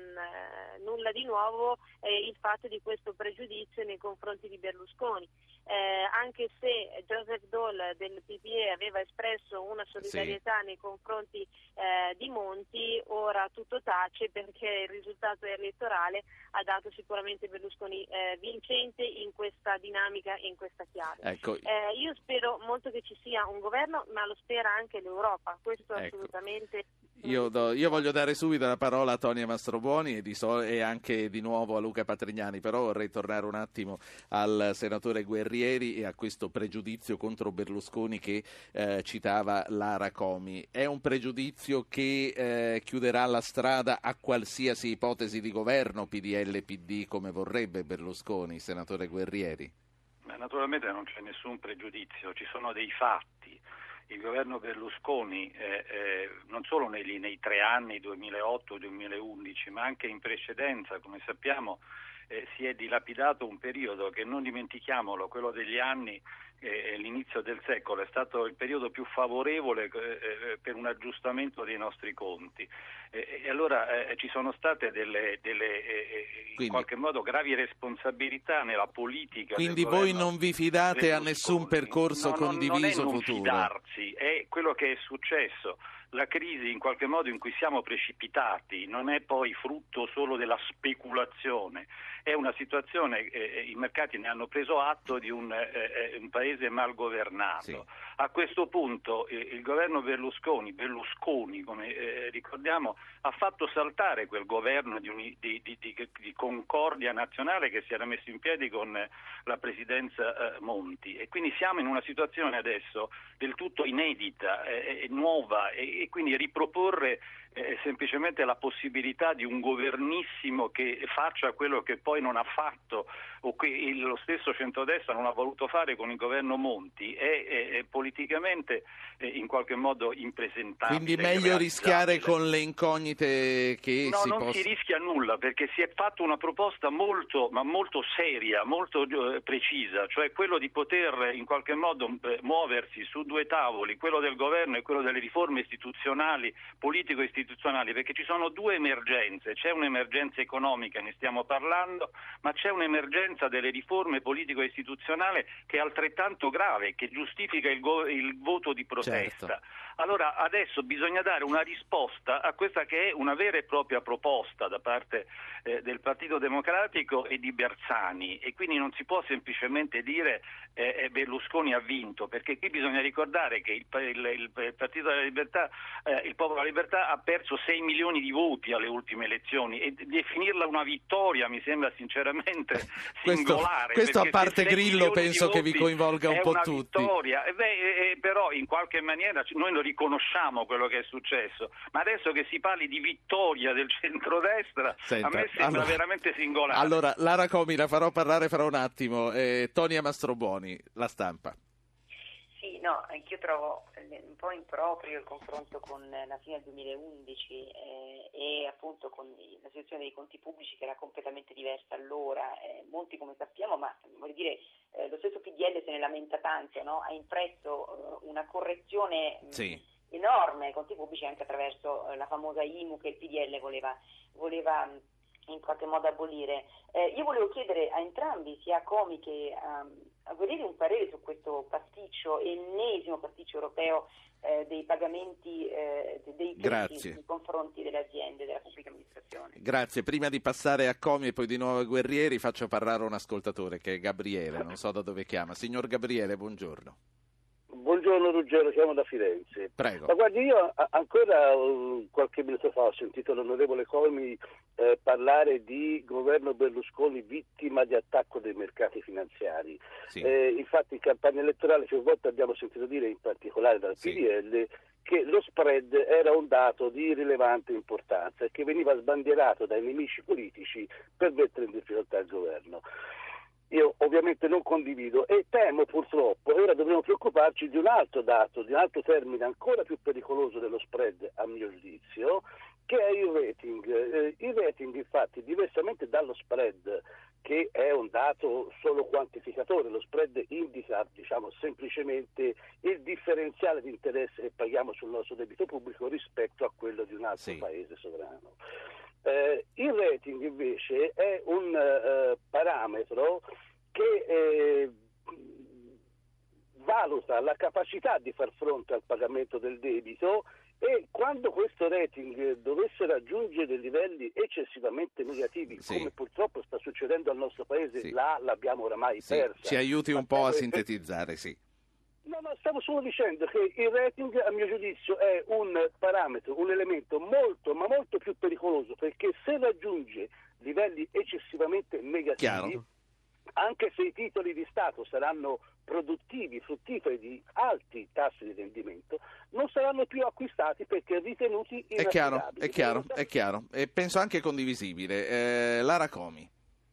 mh, nulla di nuovo eh, il fatto di questo pregiudizio nei confronti di Berlusconi, eh, anche se Joseph Daul del P P E aveva espresso una solidarietà sì. nei confronti eh, di Monti, ora tutto tace perché il risultato elettorale ha dato sicuramente Berlusconi eh, vincente in questa dinamica e in questa chiave. Ecco. Eh, io spero molto che ci sia un governo, ma lo spera anche l'Europa, questo ecco. assolutamente. Io, do, io voglio dare subito la parola a Tonia Mastrobuoni e, di so, e anche di nuovo a Luca Patrignani, però vorrei tornare un attimo al senatore Guerrieri e a questo pregiudizio contro Berlusconi che eh, citava Lara Comi. È un pregiudizio che eh, chiuderà la strada a qualsiasi ipotesi di governo P D L P D come vorrebbe Berlusconi, senatore Guerrieri? Beh, naturalmente non c'è nessun pregiudizio, ci sono dei fatti. Il governo Berlusconi eh, eh, non solo nei, nei tre anni duemilaotto duemilaundici ma anche in precedenza, come sappiamo, eh, si è dilapidato un periodo che, non dimentichiamolo, quello degli anni eh, l'inizio del secolo è stato il periodo più favorevole eh, per un aggiustamento dei nostri conti eh, e allora eh, ci sono state delle, delle eh, in quindi, qualche modo gravi responsabilità nella politica. Quindi voi non vi fidate a nessun percorso no, condiviso non è non futuro? Fidarsi, è quello che è successo. La crisi in qualche modo in cui siamo precipitati non è poi frutto solo della speculazione, è una situazione, eh, i mercati ne hanno preso atto di un, eh, un paese mal governato. Sì. A questo punto eh, il governo Berlusconi, Berlusconi come eh, ricordiamo, ha fatto saltare quel governo di, un, di, di, di, di concordia nazionale che si era messo in piedi con eh, la presidenza eh, Monti e quindi siamo in una situazione adesso del tutto inedita, eh, nuova e, e quindi riproporre eh, semplicemente la possibilità di un governissimo che faccia quello che poi non ha fatto o che il, lo stesso centrodestra non ha voluto fare con il governo Monti è, è, è politicamente eh, in qualche modo impresentabile. Quindi meglio rischiare con le incognite che no, si non possa... si rischia nulla perché si è fatta una proposta molto ma molto seria, molto eh, precisa, cioè quello di poter in qualche modo eh, muoversi su due tavoli, quello del governo e quello delle riforme istituzionali, politico-istituzionali, perché ci sono due emergenze, c'è un'emergenza economica, ne stiamo parlando, ma c'è un'emergenza delle riforme politico-istituzionali che è altrettanto grave, che giustifica il, go- il voto di protesta. Certo. Allora adesso bisogna dare una risposta a questa che è una vera e propria proposta da parte eh, del Partito Democratico e di Bersani e quindi non si può semplicemente dire eh, Berlusconi ha vinto, perché qui bisogna ricordare che il, il, il Partito della Libertà, eh, il Popolo della Libertà ha perso sei milioni di voti alle ultime elezioni e definirla una vittoria mi sembra sinceramente singolare. Questo, questo a parte Grillo penso che vi coinvolga un po' tutti. Vittoria. E beh, eh, però in qualche maniera noi lo riconosciamo quello che è successo, ma adesso che si parli di vittoria del centrodestra Senta, a me sembra allora, veramente singolare. Allora, Lara Comi la farò parlare fra un attimo. Eh, Tonia Mastrobuoni, La Stampa. Sì, no, anch'io trovo un po' improprio il confronto con la fine del duemilaundici eh, e appunto con la situazione dei conti pubblici che era completamente diversa allora. Eh, Monti, come sappiamo, ma voglio dire, eh, lo stesso P D L se ne lamenta tanto, no? Ha impresso eh, una correzione sì. mh, enorme ai conti pubblici anche attraverso eh, la famosa I M U che il P D L voleva, voleva in qualche modo abolire. Eh, io volevo chiedere a entrambi, sia a Comi che a, a Guerrieri, un parere su questo pasticcio, ennesimo pasticcio europeo eh, dei pagamenti eh, dei crediti nei confronti delle aziende della pubblica amministrazione. Grazie. Prima di passare a Comi e poi di nuovo a Guerrieri, faccio parlare un ascoltatore che è Gabriele, non so da dove chiama. Signor Gabriele, buongiorno. Buongiorno Ruggero, chiamo da Firenze. Prego. Ma guardi, io a- ancora uh, qualche minuto fa ho sentito l'onorevole Comi eh, parlare di governo Berlusconi vittima di attacco dei mercati finanziari. Sì. Eh, infatti in campagna elettorale più volte abbiamo sentito dire, in particolare dal Sì. P D L, che lo spread era un dato di rilevante importanza e che veniva sbandierato dai nemici politici per mettere in difficoltà il governo. Io ovviamente non condivido e temo purtroppo, e ora dovremo preoccuparci di un altro dato, di un altro termine ancora più pericoloso dello spread a mio giudizio, che è il rating. Eh, il rating infatti, diversamente dallo spread, che è un dato solo quantificatore, lo spread indica, diciamo, semplicemente il differenziale di interesse che paghiamo sul nostro debito pubblico rispetto a quello di un altro Sì. paese sovrano. Eh, il rating invece è un eh, parametro che eh, valuta la capacità di far fronte al pagamento del debito, e quando questo rating dovesse raggiungere livelli eccessivamente negativi, Sì. come purtroppo sta succedendo al nostro paese, Sì. là l'abbiamo oramai Sì, persa. ci aiuti un Ma po' a stiamo- sintetizzare, sì. No, no, stavo solo dicendo che il rating, a mio giudizio, è un parametro, un elemento molto, ma molto più pericoloso, perché se raggiunge livelli eccessivamente negativi, Chiaro. anche se i titoli di Stato saranno produttivi, fruttiferi di alti tassi di rendimento, non saranno più acquistati perché ritenuti È chiaro, inaffidabili. è chiaro, è chiaro. E penso anche condivisibile. Eh, Lara Comi.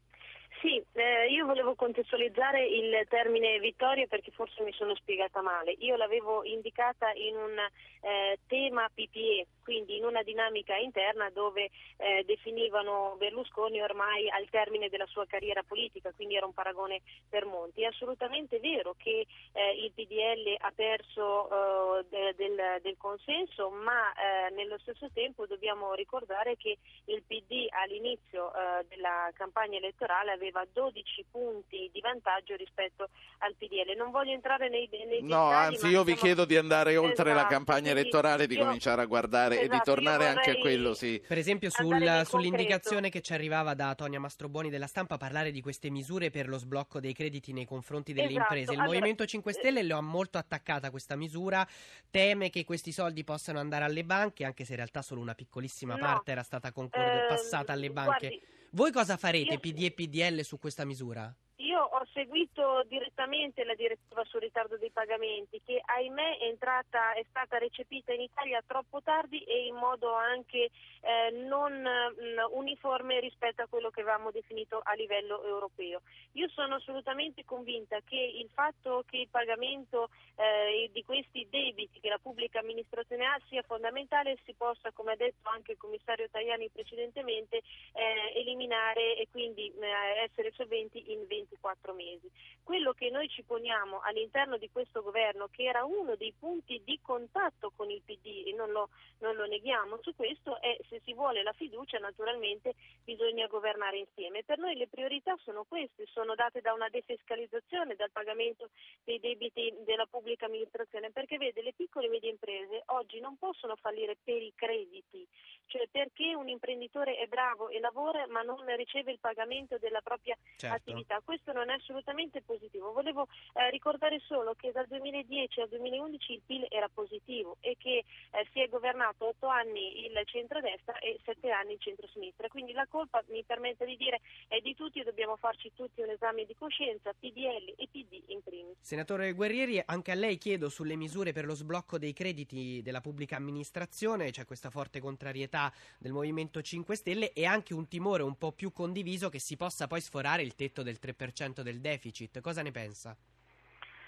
Sì, eh, io volevo contestualizzare il termine vittoria perché forse mi sono spiegata male. Io l'avevo indicata in un eh, tema P P E, quindi in una dinamica interna dove eh, definivano Berlusconi ormai al termine della sua carriera politica, quindi era un paragone per Monti. È assolutamente vero che eh, il P D L ha perso eh, de- del, del consenso, ma eh, nello stesso tempo dobbiamo ricordare che il P D all'inizio eh, della campagna elettorale aveva dodici punti di vantaggio rispetto al P D L. Non voglio entrare nei, nei dettagli. No, anzi ma io vi diciamo- chiedo di andare oltre la Esatto, campagna quindi elettorale, di io- cominciare a guardare e di esatto, tornare io anche a vorrei- quello, sì. Per esempio sul- Andare nel sull'indicazione che ci arrivava da Tonia Mastrobuoni della Stampa, parlare di queste misure per lo sblocco dei crediti nei confronti delle Esatto, imprese. Il allora, Movimento cinque Stelle lo ha molto attaccata questa misura, teme che questi soldi possano andare alle banche, anche se in realtà solo una piccolissima No, parte era stata concorde- ehm, passata alle banche. guardi, Voi cosa farete, io- P D e P D L, su questa misura? Io ho seguito direttamente la direttiva sul ritardo dei pagamenti che ahimè è entrata, è stata recepita in Italia troppo tardi e in modo anche eh, non mh, uniforme rispetto a quello che avevamo definito a livello europeo. Io sono assolutamente convinta che il fatto che il pagamento eh, di questi debiti che la pubblica amministrazione ha sia fondamentale e si possa, come ha detto anche il commissario Tajani precedentemente, eh, eliminare e quindi eh, essere solventi in ventiquattro mesi. Quello che noi ci poniamo all'interno di questo governo, che era uno dei punti di contatto con il P D e non lo, non lo neghiamo su questo, è se si vuole la fiducia naturalmente bisogna governare insieme. Per noi le priorità sono queste, sono date da una defiscalizzazione, dal pagamento dei debiti della pubblica amministrazione, perché vede le piccole e medie imprese oggi non possono fallire per i crediti, cioè perché un imprenditore è bravo e lavora ma non riceve il pagamento della propria Certo. attività. Questo non è assolutamente positivo. Volevo eh, ricordare solo che dal duemiladieci al duemilaundici il P I L era positivo e che eh, si è governato otto anni il centrodestra e sette anni il centrosinistra. Quindi la colpa, mi permette di dire, è di tutti e dobbiamo farci tutti un esame di coscienza, P D L e P D in primis. Senatore Guerrieri, anche a lei chiedo sulle misure per lo sblocco dei crediti della pubblica amministrazione. C'è questa forte contrarietà del Movimento cinque Stelle e anche un timore un po' più condiviso che si possa poi sforare il tetto del tre per cento del deficit. Cosa ne pensa?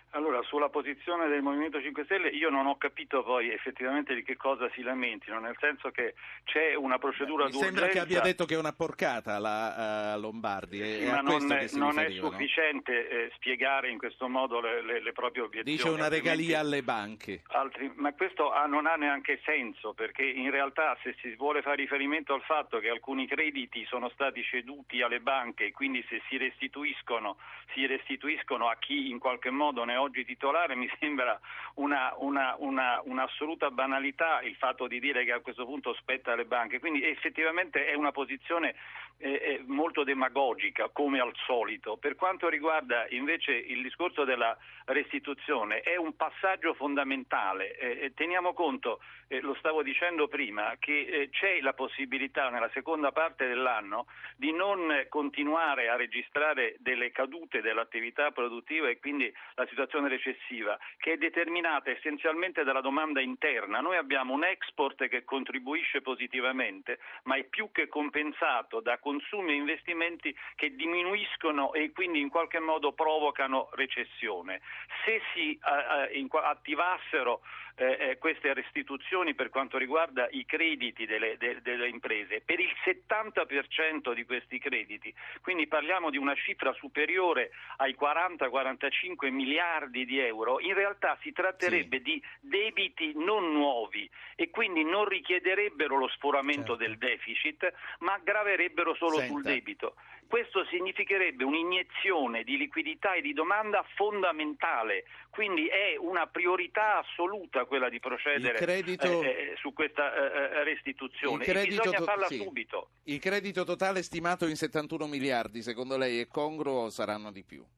Allora, sulla posizione del Movimento cinque Stelle io non ho capito poi effettivamente di che cosa si lamentino, nel senso che c'è una procedura Mi d'urgenza. sembra che abbia detto che è una porcata la uh, Lombardi, sì, è ma a questo non, è, che si non è riferiva, sufficiente no? eh, spiegare in questo modo le, le, le proprie obiezioni. Dice una regalia alle banche. Altri, ma questo ha, non ha neanche senso, perché in realtà se si vuole fare riferimento al fatto che alcuni crediti sono stati ceduti alle banche e quindi se si restituiscono, si restituiscono a chi in qualche modo ne è oggi titolare, mi sembra una, una, una, un'assoluta banalità il fatto di dire che a questo punto spetta alle banche, quindi effettivamente è una posizione eh, molto demagogica come al solito. Per quanto riguarda invece il discorso della restituzione è un passaggio fondamentale, eh, teniamo conto, eh, lo stavo dicendo prima, che eh, c'è la possibilità nella seconda parte dell'anno di non continuare a registrare delle cadute dell'attività produttiva e quindi la situazione recessiva che è determinata essenzialmente dalla domanda interna. Noi abbiamo un export che contribuisce positivamente, ma è più che compensato da consumi e investimenti che diminuiscono e quindi in qualche modo provocano recessione. Se si uh, uh, attivassero eh, queste restituzioni per quanto riguarda i crediti delle, de, delle imprese, per il settanta per cento di questi crediti, quindi parliamo di una cifra superiore ai quaranta quarantacinque miliardi di euro, in realtà si tratterebbe sì. di debiti non nuovi e quindi non richiederebbero lo sforamento certo. del deficit, ma aggraverebbero solo Senta. sul debito. Questo significherebbe un'iniezione di liquidità e di domanda fondamentale, quindi è una priorità assoluta quella di procedere credito, eh, su questa eh, restituzione e bisogna to- farla sì. subito. Il credito totale stimato in settantuno miliardi, secondo lei è congruo o saranno di più?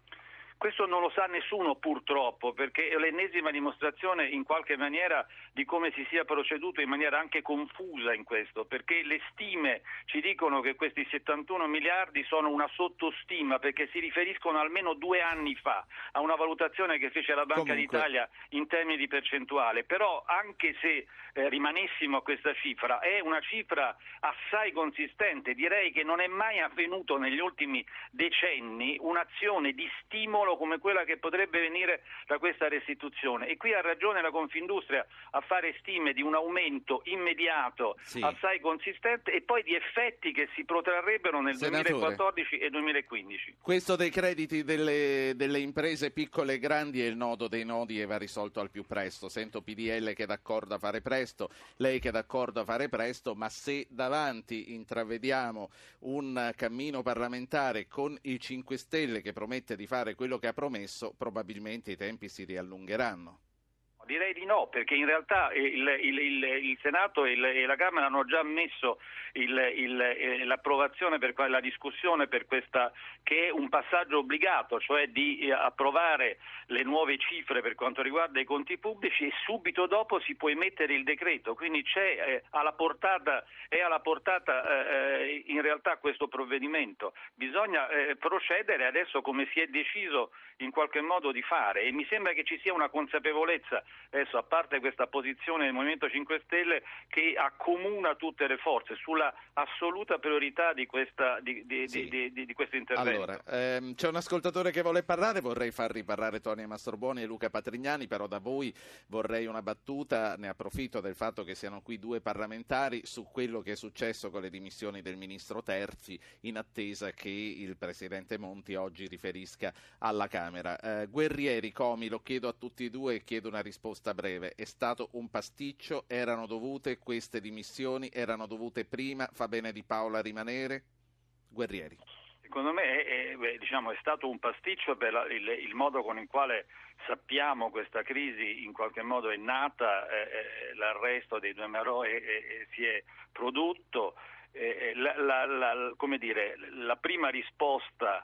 Questo non lo sa nessuno purtroppo, perché è l'ennesima dimostrazione in qualche maniera di come si sia proceduto in maniera anche confusa in questo, perché le stime ci dicono che questi settantuno miliardi sono una sottostima, perché si riferiscono almeno due anni fa a una valutazione che fece la Banca Comunque. d'Italia in termini di percentuale, però anche se eh, rimanessimo a questa cifra, è una cifra assai consistente, direi che non è mai avvenuto negli ultimi decenni un'azione di stimolo come quella che potrebbe venire da questa restituzione e qui ha ragione la Confindustria a fare stime di un aumento immediato sì. assai consistente e poi di effetti che si protrarrebbero nel Senatore, duemilaquattordici e duemilaquindici. Questo dei crediti delle, delle imprese piccole e grandi è il nodo dei nodi e va risolto al più presto. Sento P D L che è d'accordo a fare presto, lei che è d'accordo a fare presto, ma se davanti intravediamo un cammino parlamentare con i cinque Stelle che promette di fare quello che ha promesso, probabilmente i tempi si riallungheranno. Direi di no, perché in realtà il, il, il, il Senato e, il, e la Camera hanno già messo il, il, l'approvazione per la discussione per questa, che è un passaggio obbligato, cioè di approvare le nuove cifre per quanto riguarda i conti pubblici e subito dopo si può emettere il decreto, quindi c'è eh, alla portata, è alla portata eh, in realtà questo provvedimento. Bisogna eh, procedere adesso come si è deciso in qualche modo di fare e mi sembra che ci sia una consapevolezza adesso, a parte questa posizione del Movimento cinque Stelle che accomuna tutte le forze sulla assoluta priorità di, questa, di, di, sì. di, di, di questo intervento. Allora, ehm, c'è un ascoltatore che vuole parlare, vorrei far riparlare Tonia Mastrobuoni e Luca Patrignani, però da voi vorrei una battuta, ne approfitto del fatto che siano qui due parlamentari, su quello che è successo con le dimissioni del ministro Terzi, in attesa che il presidente Monti oggi riferisca alla Camera. Eh, Guerrieri, Comi, lo chiedo a tutti e due e chiedo una risposta breve. È stato un pasticcio? Erano dovute queste dimissioni? Erano dovute prima? Fa bene Di Paola a rimanere? Guerrieri. Secondo me è, è, diciamo, è stato un pasticcio per la, il, il modo con il quale sappiamo questa crisi in qualche modo è nata, eh, l'arresto dei due Marò eh, eh, si è prodotto, eh, la, la, la, come dire, la prima risposta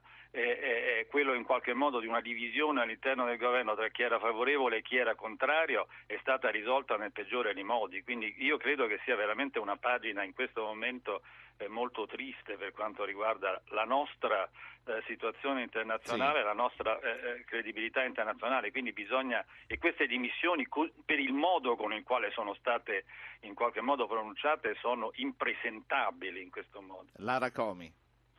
è, è quello in qualche modo di una divisione all'interno del governo tra chi era favorevole e chi era contrario, è stata risolta nel peggiore dei modi, quindi io credo che sia veramente una pagina in questo momento eh, molto triste per quanto riguarda la nostra eh, situazione internazionale, sì. la nostra eh, credibilità internazionale, quindi bisogna, e queste dimissioni co- per il modo con il quale sono state in qualche modo pronunciate sono impresentabili in questo modo. Lara Comi.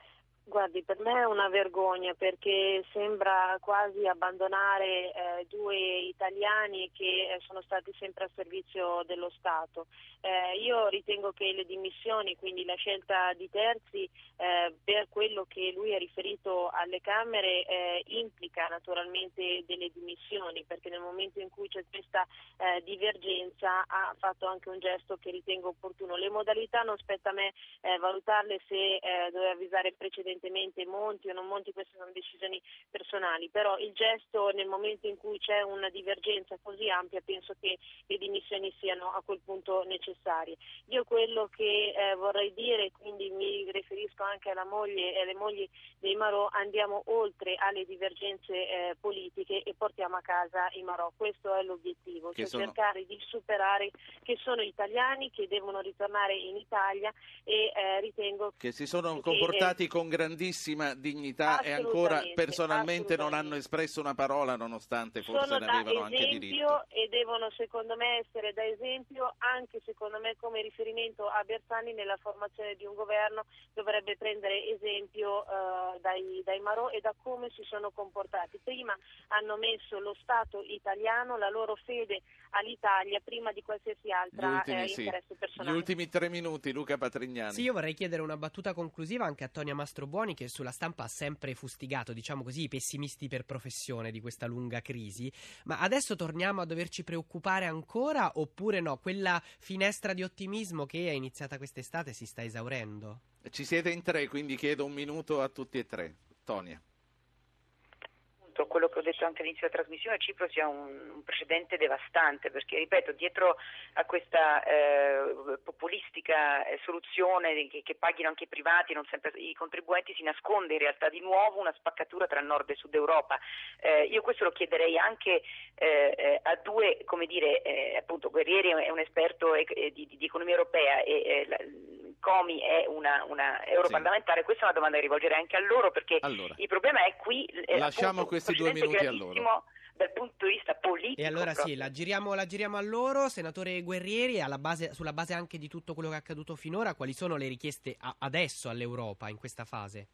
Guardi, per me è una vergogna perché sembra quasi abbandonare eh, due italiani che eh, sono stati sempre a servizio dello Stato. Eh, io ritengo che le dimissioni, quindi la scelta di Terzi, eh, per quello che lui ha riferito alle Camere, eh, implica naturalmente delle dimissioni, perché nel momento in cui c'è questa eh, divergenza ha fatto anche un gesto che ritengo opportuno. Le modalità non spetta a me eh, valutarle, se eh, doveva avvisare precedentemente Monti o non Monti, queste sono decisioni personali, però il gesto nel momento in cui c'è una divergenza così ampia, penso che le dimissioni siano a quel punto necessarie. Io quello che eh, vorrei dire, quindi mi riferisco anche alla moglie e alle mogli dei Marò, andiamo oltre alle divergenze eh, politiche e portiamo a casa i Marò, questo è l'obiettivo, che cioè sono... cercare di superare, che sono italiani, che devono ritornare in Italia e eh, ritengo che si sono che, comportati eh, con grandissima dignità e ancora personalmente non hanno assolutamente. espresso una parola, nonostante forse Sono ne da avevano anche diritto. esempio e devono secondo me essere da esempio anche secondo me come riferimento a Bersani nella formazione di un governo, dovrebbe prendere esempio eh, dai, dai Marò e da come si sono comportati. Prima hanno messo lo Stato italiano, la loro fede all'Italia prima di qualsiasi altra ultimi, eh, sì. interesse personale. Gli ultimi tre minuti, Luca Patrignani. Sì, io vorrei chiedere una battuta conclusiva anche a Tonia Mastrobuoni, che sulla stampa ha sempre fustigato, diciamo così, i pessimisti per professione di questa lunga crisi, ma adesso torniamo a doverci preoccupare ancora oppure no? Quella finestra di ottimismo che è iniziata quest'estate si sta esaurendo? Ci siete in tre, quindi chiedo un minuto a tutti e tre. Tonia. Quello che ho detto anche all'inizio della trasmissione, Cipro sia un, un precedente devastante, perché ripeto, dietro a questa eh, populistica eh, soluzione che, che paghino anche i privati, non sempre i contribuenti, si nasconde in realtà di nuovo una spaccatura tra nord e sud Europa. Eh, io questo lo chiederei anche eh, a due, come dire, eh, appunto Guerrieri è un esperto eh, di, di, di economia europea e eh, la, Comi è una, una europarlamentare, sì. Questa è una domanda da rivolgere anche a loro, perché allora, il problema è qui eh, lasciamo appunto, questi due minuti a loro dal punto di vista politico. E allora proprio. sì, la giriamo, la giriamo a loro, senatore Guerrieri, alla base, sulla base anche di tutto quello che è accaduto finora, quali sono le richieste a, adesso all'Europa in questa fase?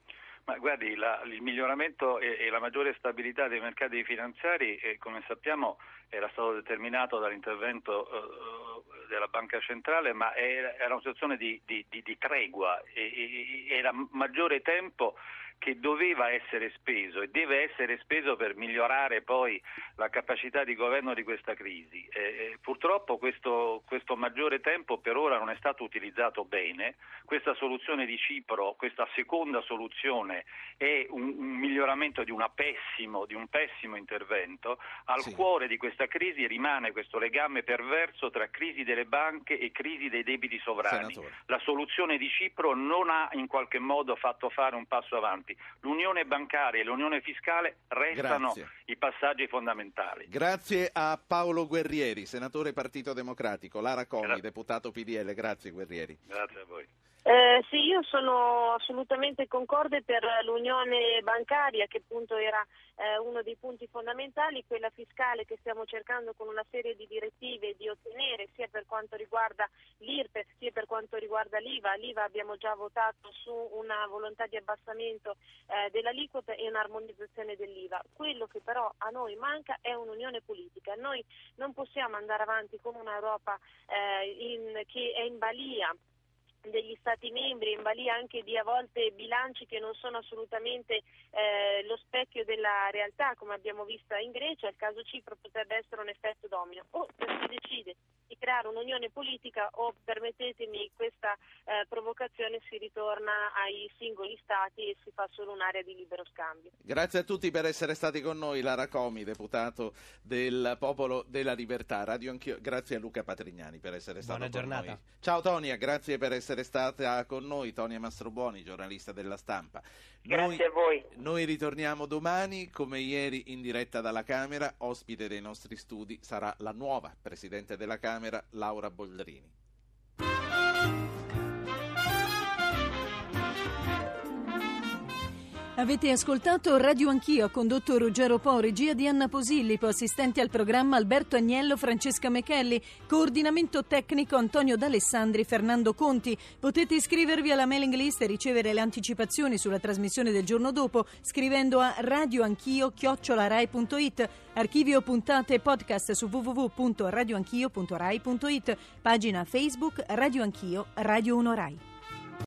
Ma guardi, la, il miglioramento e, e la maggiore stabilità dei mercati finanziari, eh, come sappiamo, era stato determinato dall'intervento eh, della Banca Centrale, ma era, era una situazione di, di, di, di tregua, e, e, era maggiore tempo che doveva essere speso e deve essere speso per migliorare poi la capacità di governo di questa crisi. Eh, purtroppo questo, questo maggiore tempo per ora non è stato utilizzato bene. Questa soluzione di Cipro, questa seconda soluzione, è un, un miglioramento di, una pessimo, di un pessimo intervento. Al sì. cuore di questa crisi rimane questo legame perverso tra crisi delle banche e crisi dei debiti sovrani. Senatore. La soluzione di Cipro non ha in qualche modo fatto fare un passo avanti. L'unione bancaria e l'unione fiscale restano Grazie. i passaggi fondamentali. Grazie a Paolo Guerrieri, senatore Partito Democratico, Lara Comi, Grazie. deputato P D L. Grazie Guerrieri. Grazie a voi. Eh, sì, io sono assolutamente concorde per l'unione bancaria, che appunto era eh, uno dei punti fondamentali, quella fiscale che stiamo cercando con una serie di direttive di ottenere, sia per quanto riguarda l'I R P E F sia per quanto riguarda l'I V A. L'I V A abbiamo già votato su una volontà di abbassamento eh, dell'aliquota e un'armonizzazione dell'I V A. Quello che però a noi manca è un'unione politica. Noi non possiamo andare avanti con un'Europa eh, in, che è in balia degli Stati membri, in balia anche di a volte bilanci che non sono assolutamente eh, lo specchio della realtà, come abbiamo visto in Grecia. Il caso Cipro potrebbe essere un effetto domino. O si decide di creare un'unione politica o, permettetemi questa eh, provocazione, si ritorna ai singoli Stati e si fa solo un'area di libero scambio. Grazie a tutti per essere stati con noi. Lara Comi, deputato del Popolo della Libertà. Radio Anch'io. Grazie a Luca Patrignani per essere stato Buona con giornata. noi. Ciao Tonia, grazie per essere stata con noi. Tonia Mastrobuoni, giornalista della Stampa. Noi, grazie a voi. Noi ritorniamo domani, come ieri, in diretta dalla Camera. Ospite dei nostri studi sarà la nuova Presidente della Camera, Laura Boldrini. Avete ascoltato Radio Anch'io, ha condotto Ruggero Po, regia di Anna Posillipo, assistenti al programma Alberto Agnello, Francesca Mechelli, coordinamento tecnico Antonio D'Alessandri, Fernando Conti. Potete iscrivervi alla mailing list e ricevere le anticipazioni sulla trasmissione del giorno dopo scrivendo a radioanchio chiocciola rai punto it, archivio puntate e podcast su w w w punto radioanchio punto rai punto it, pagina Facebook Radio Anch'io, Radio uno Rai.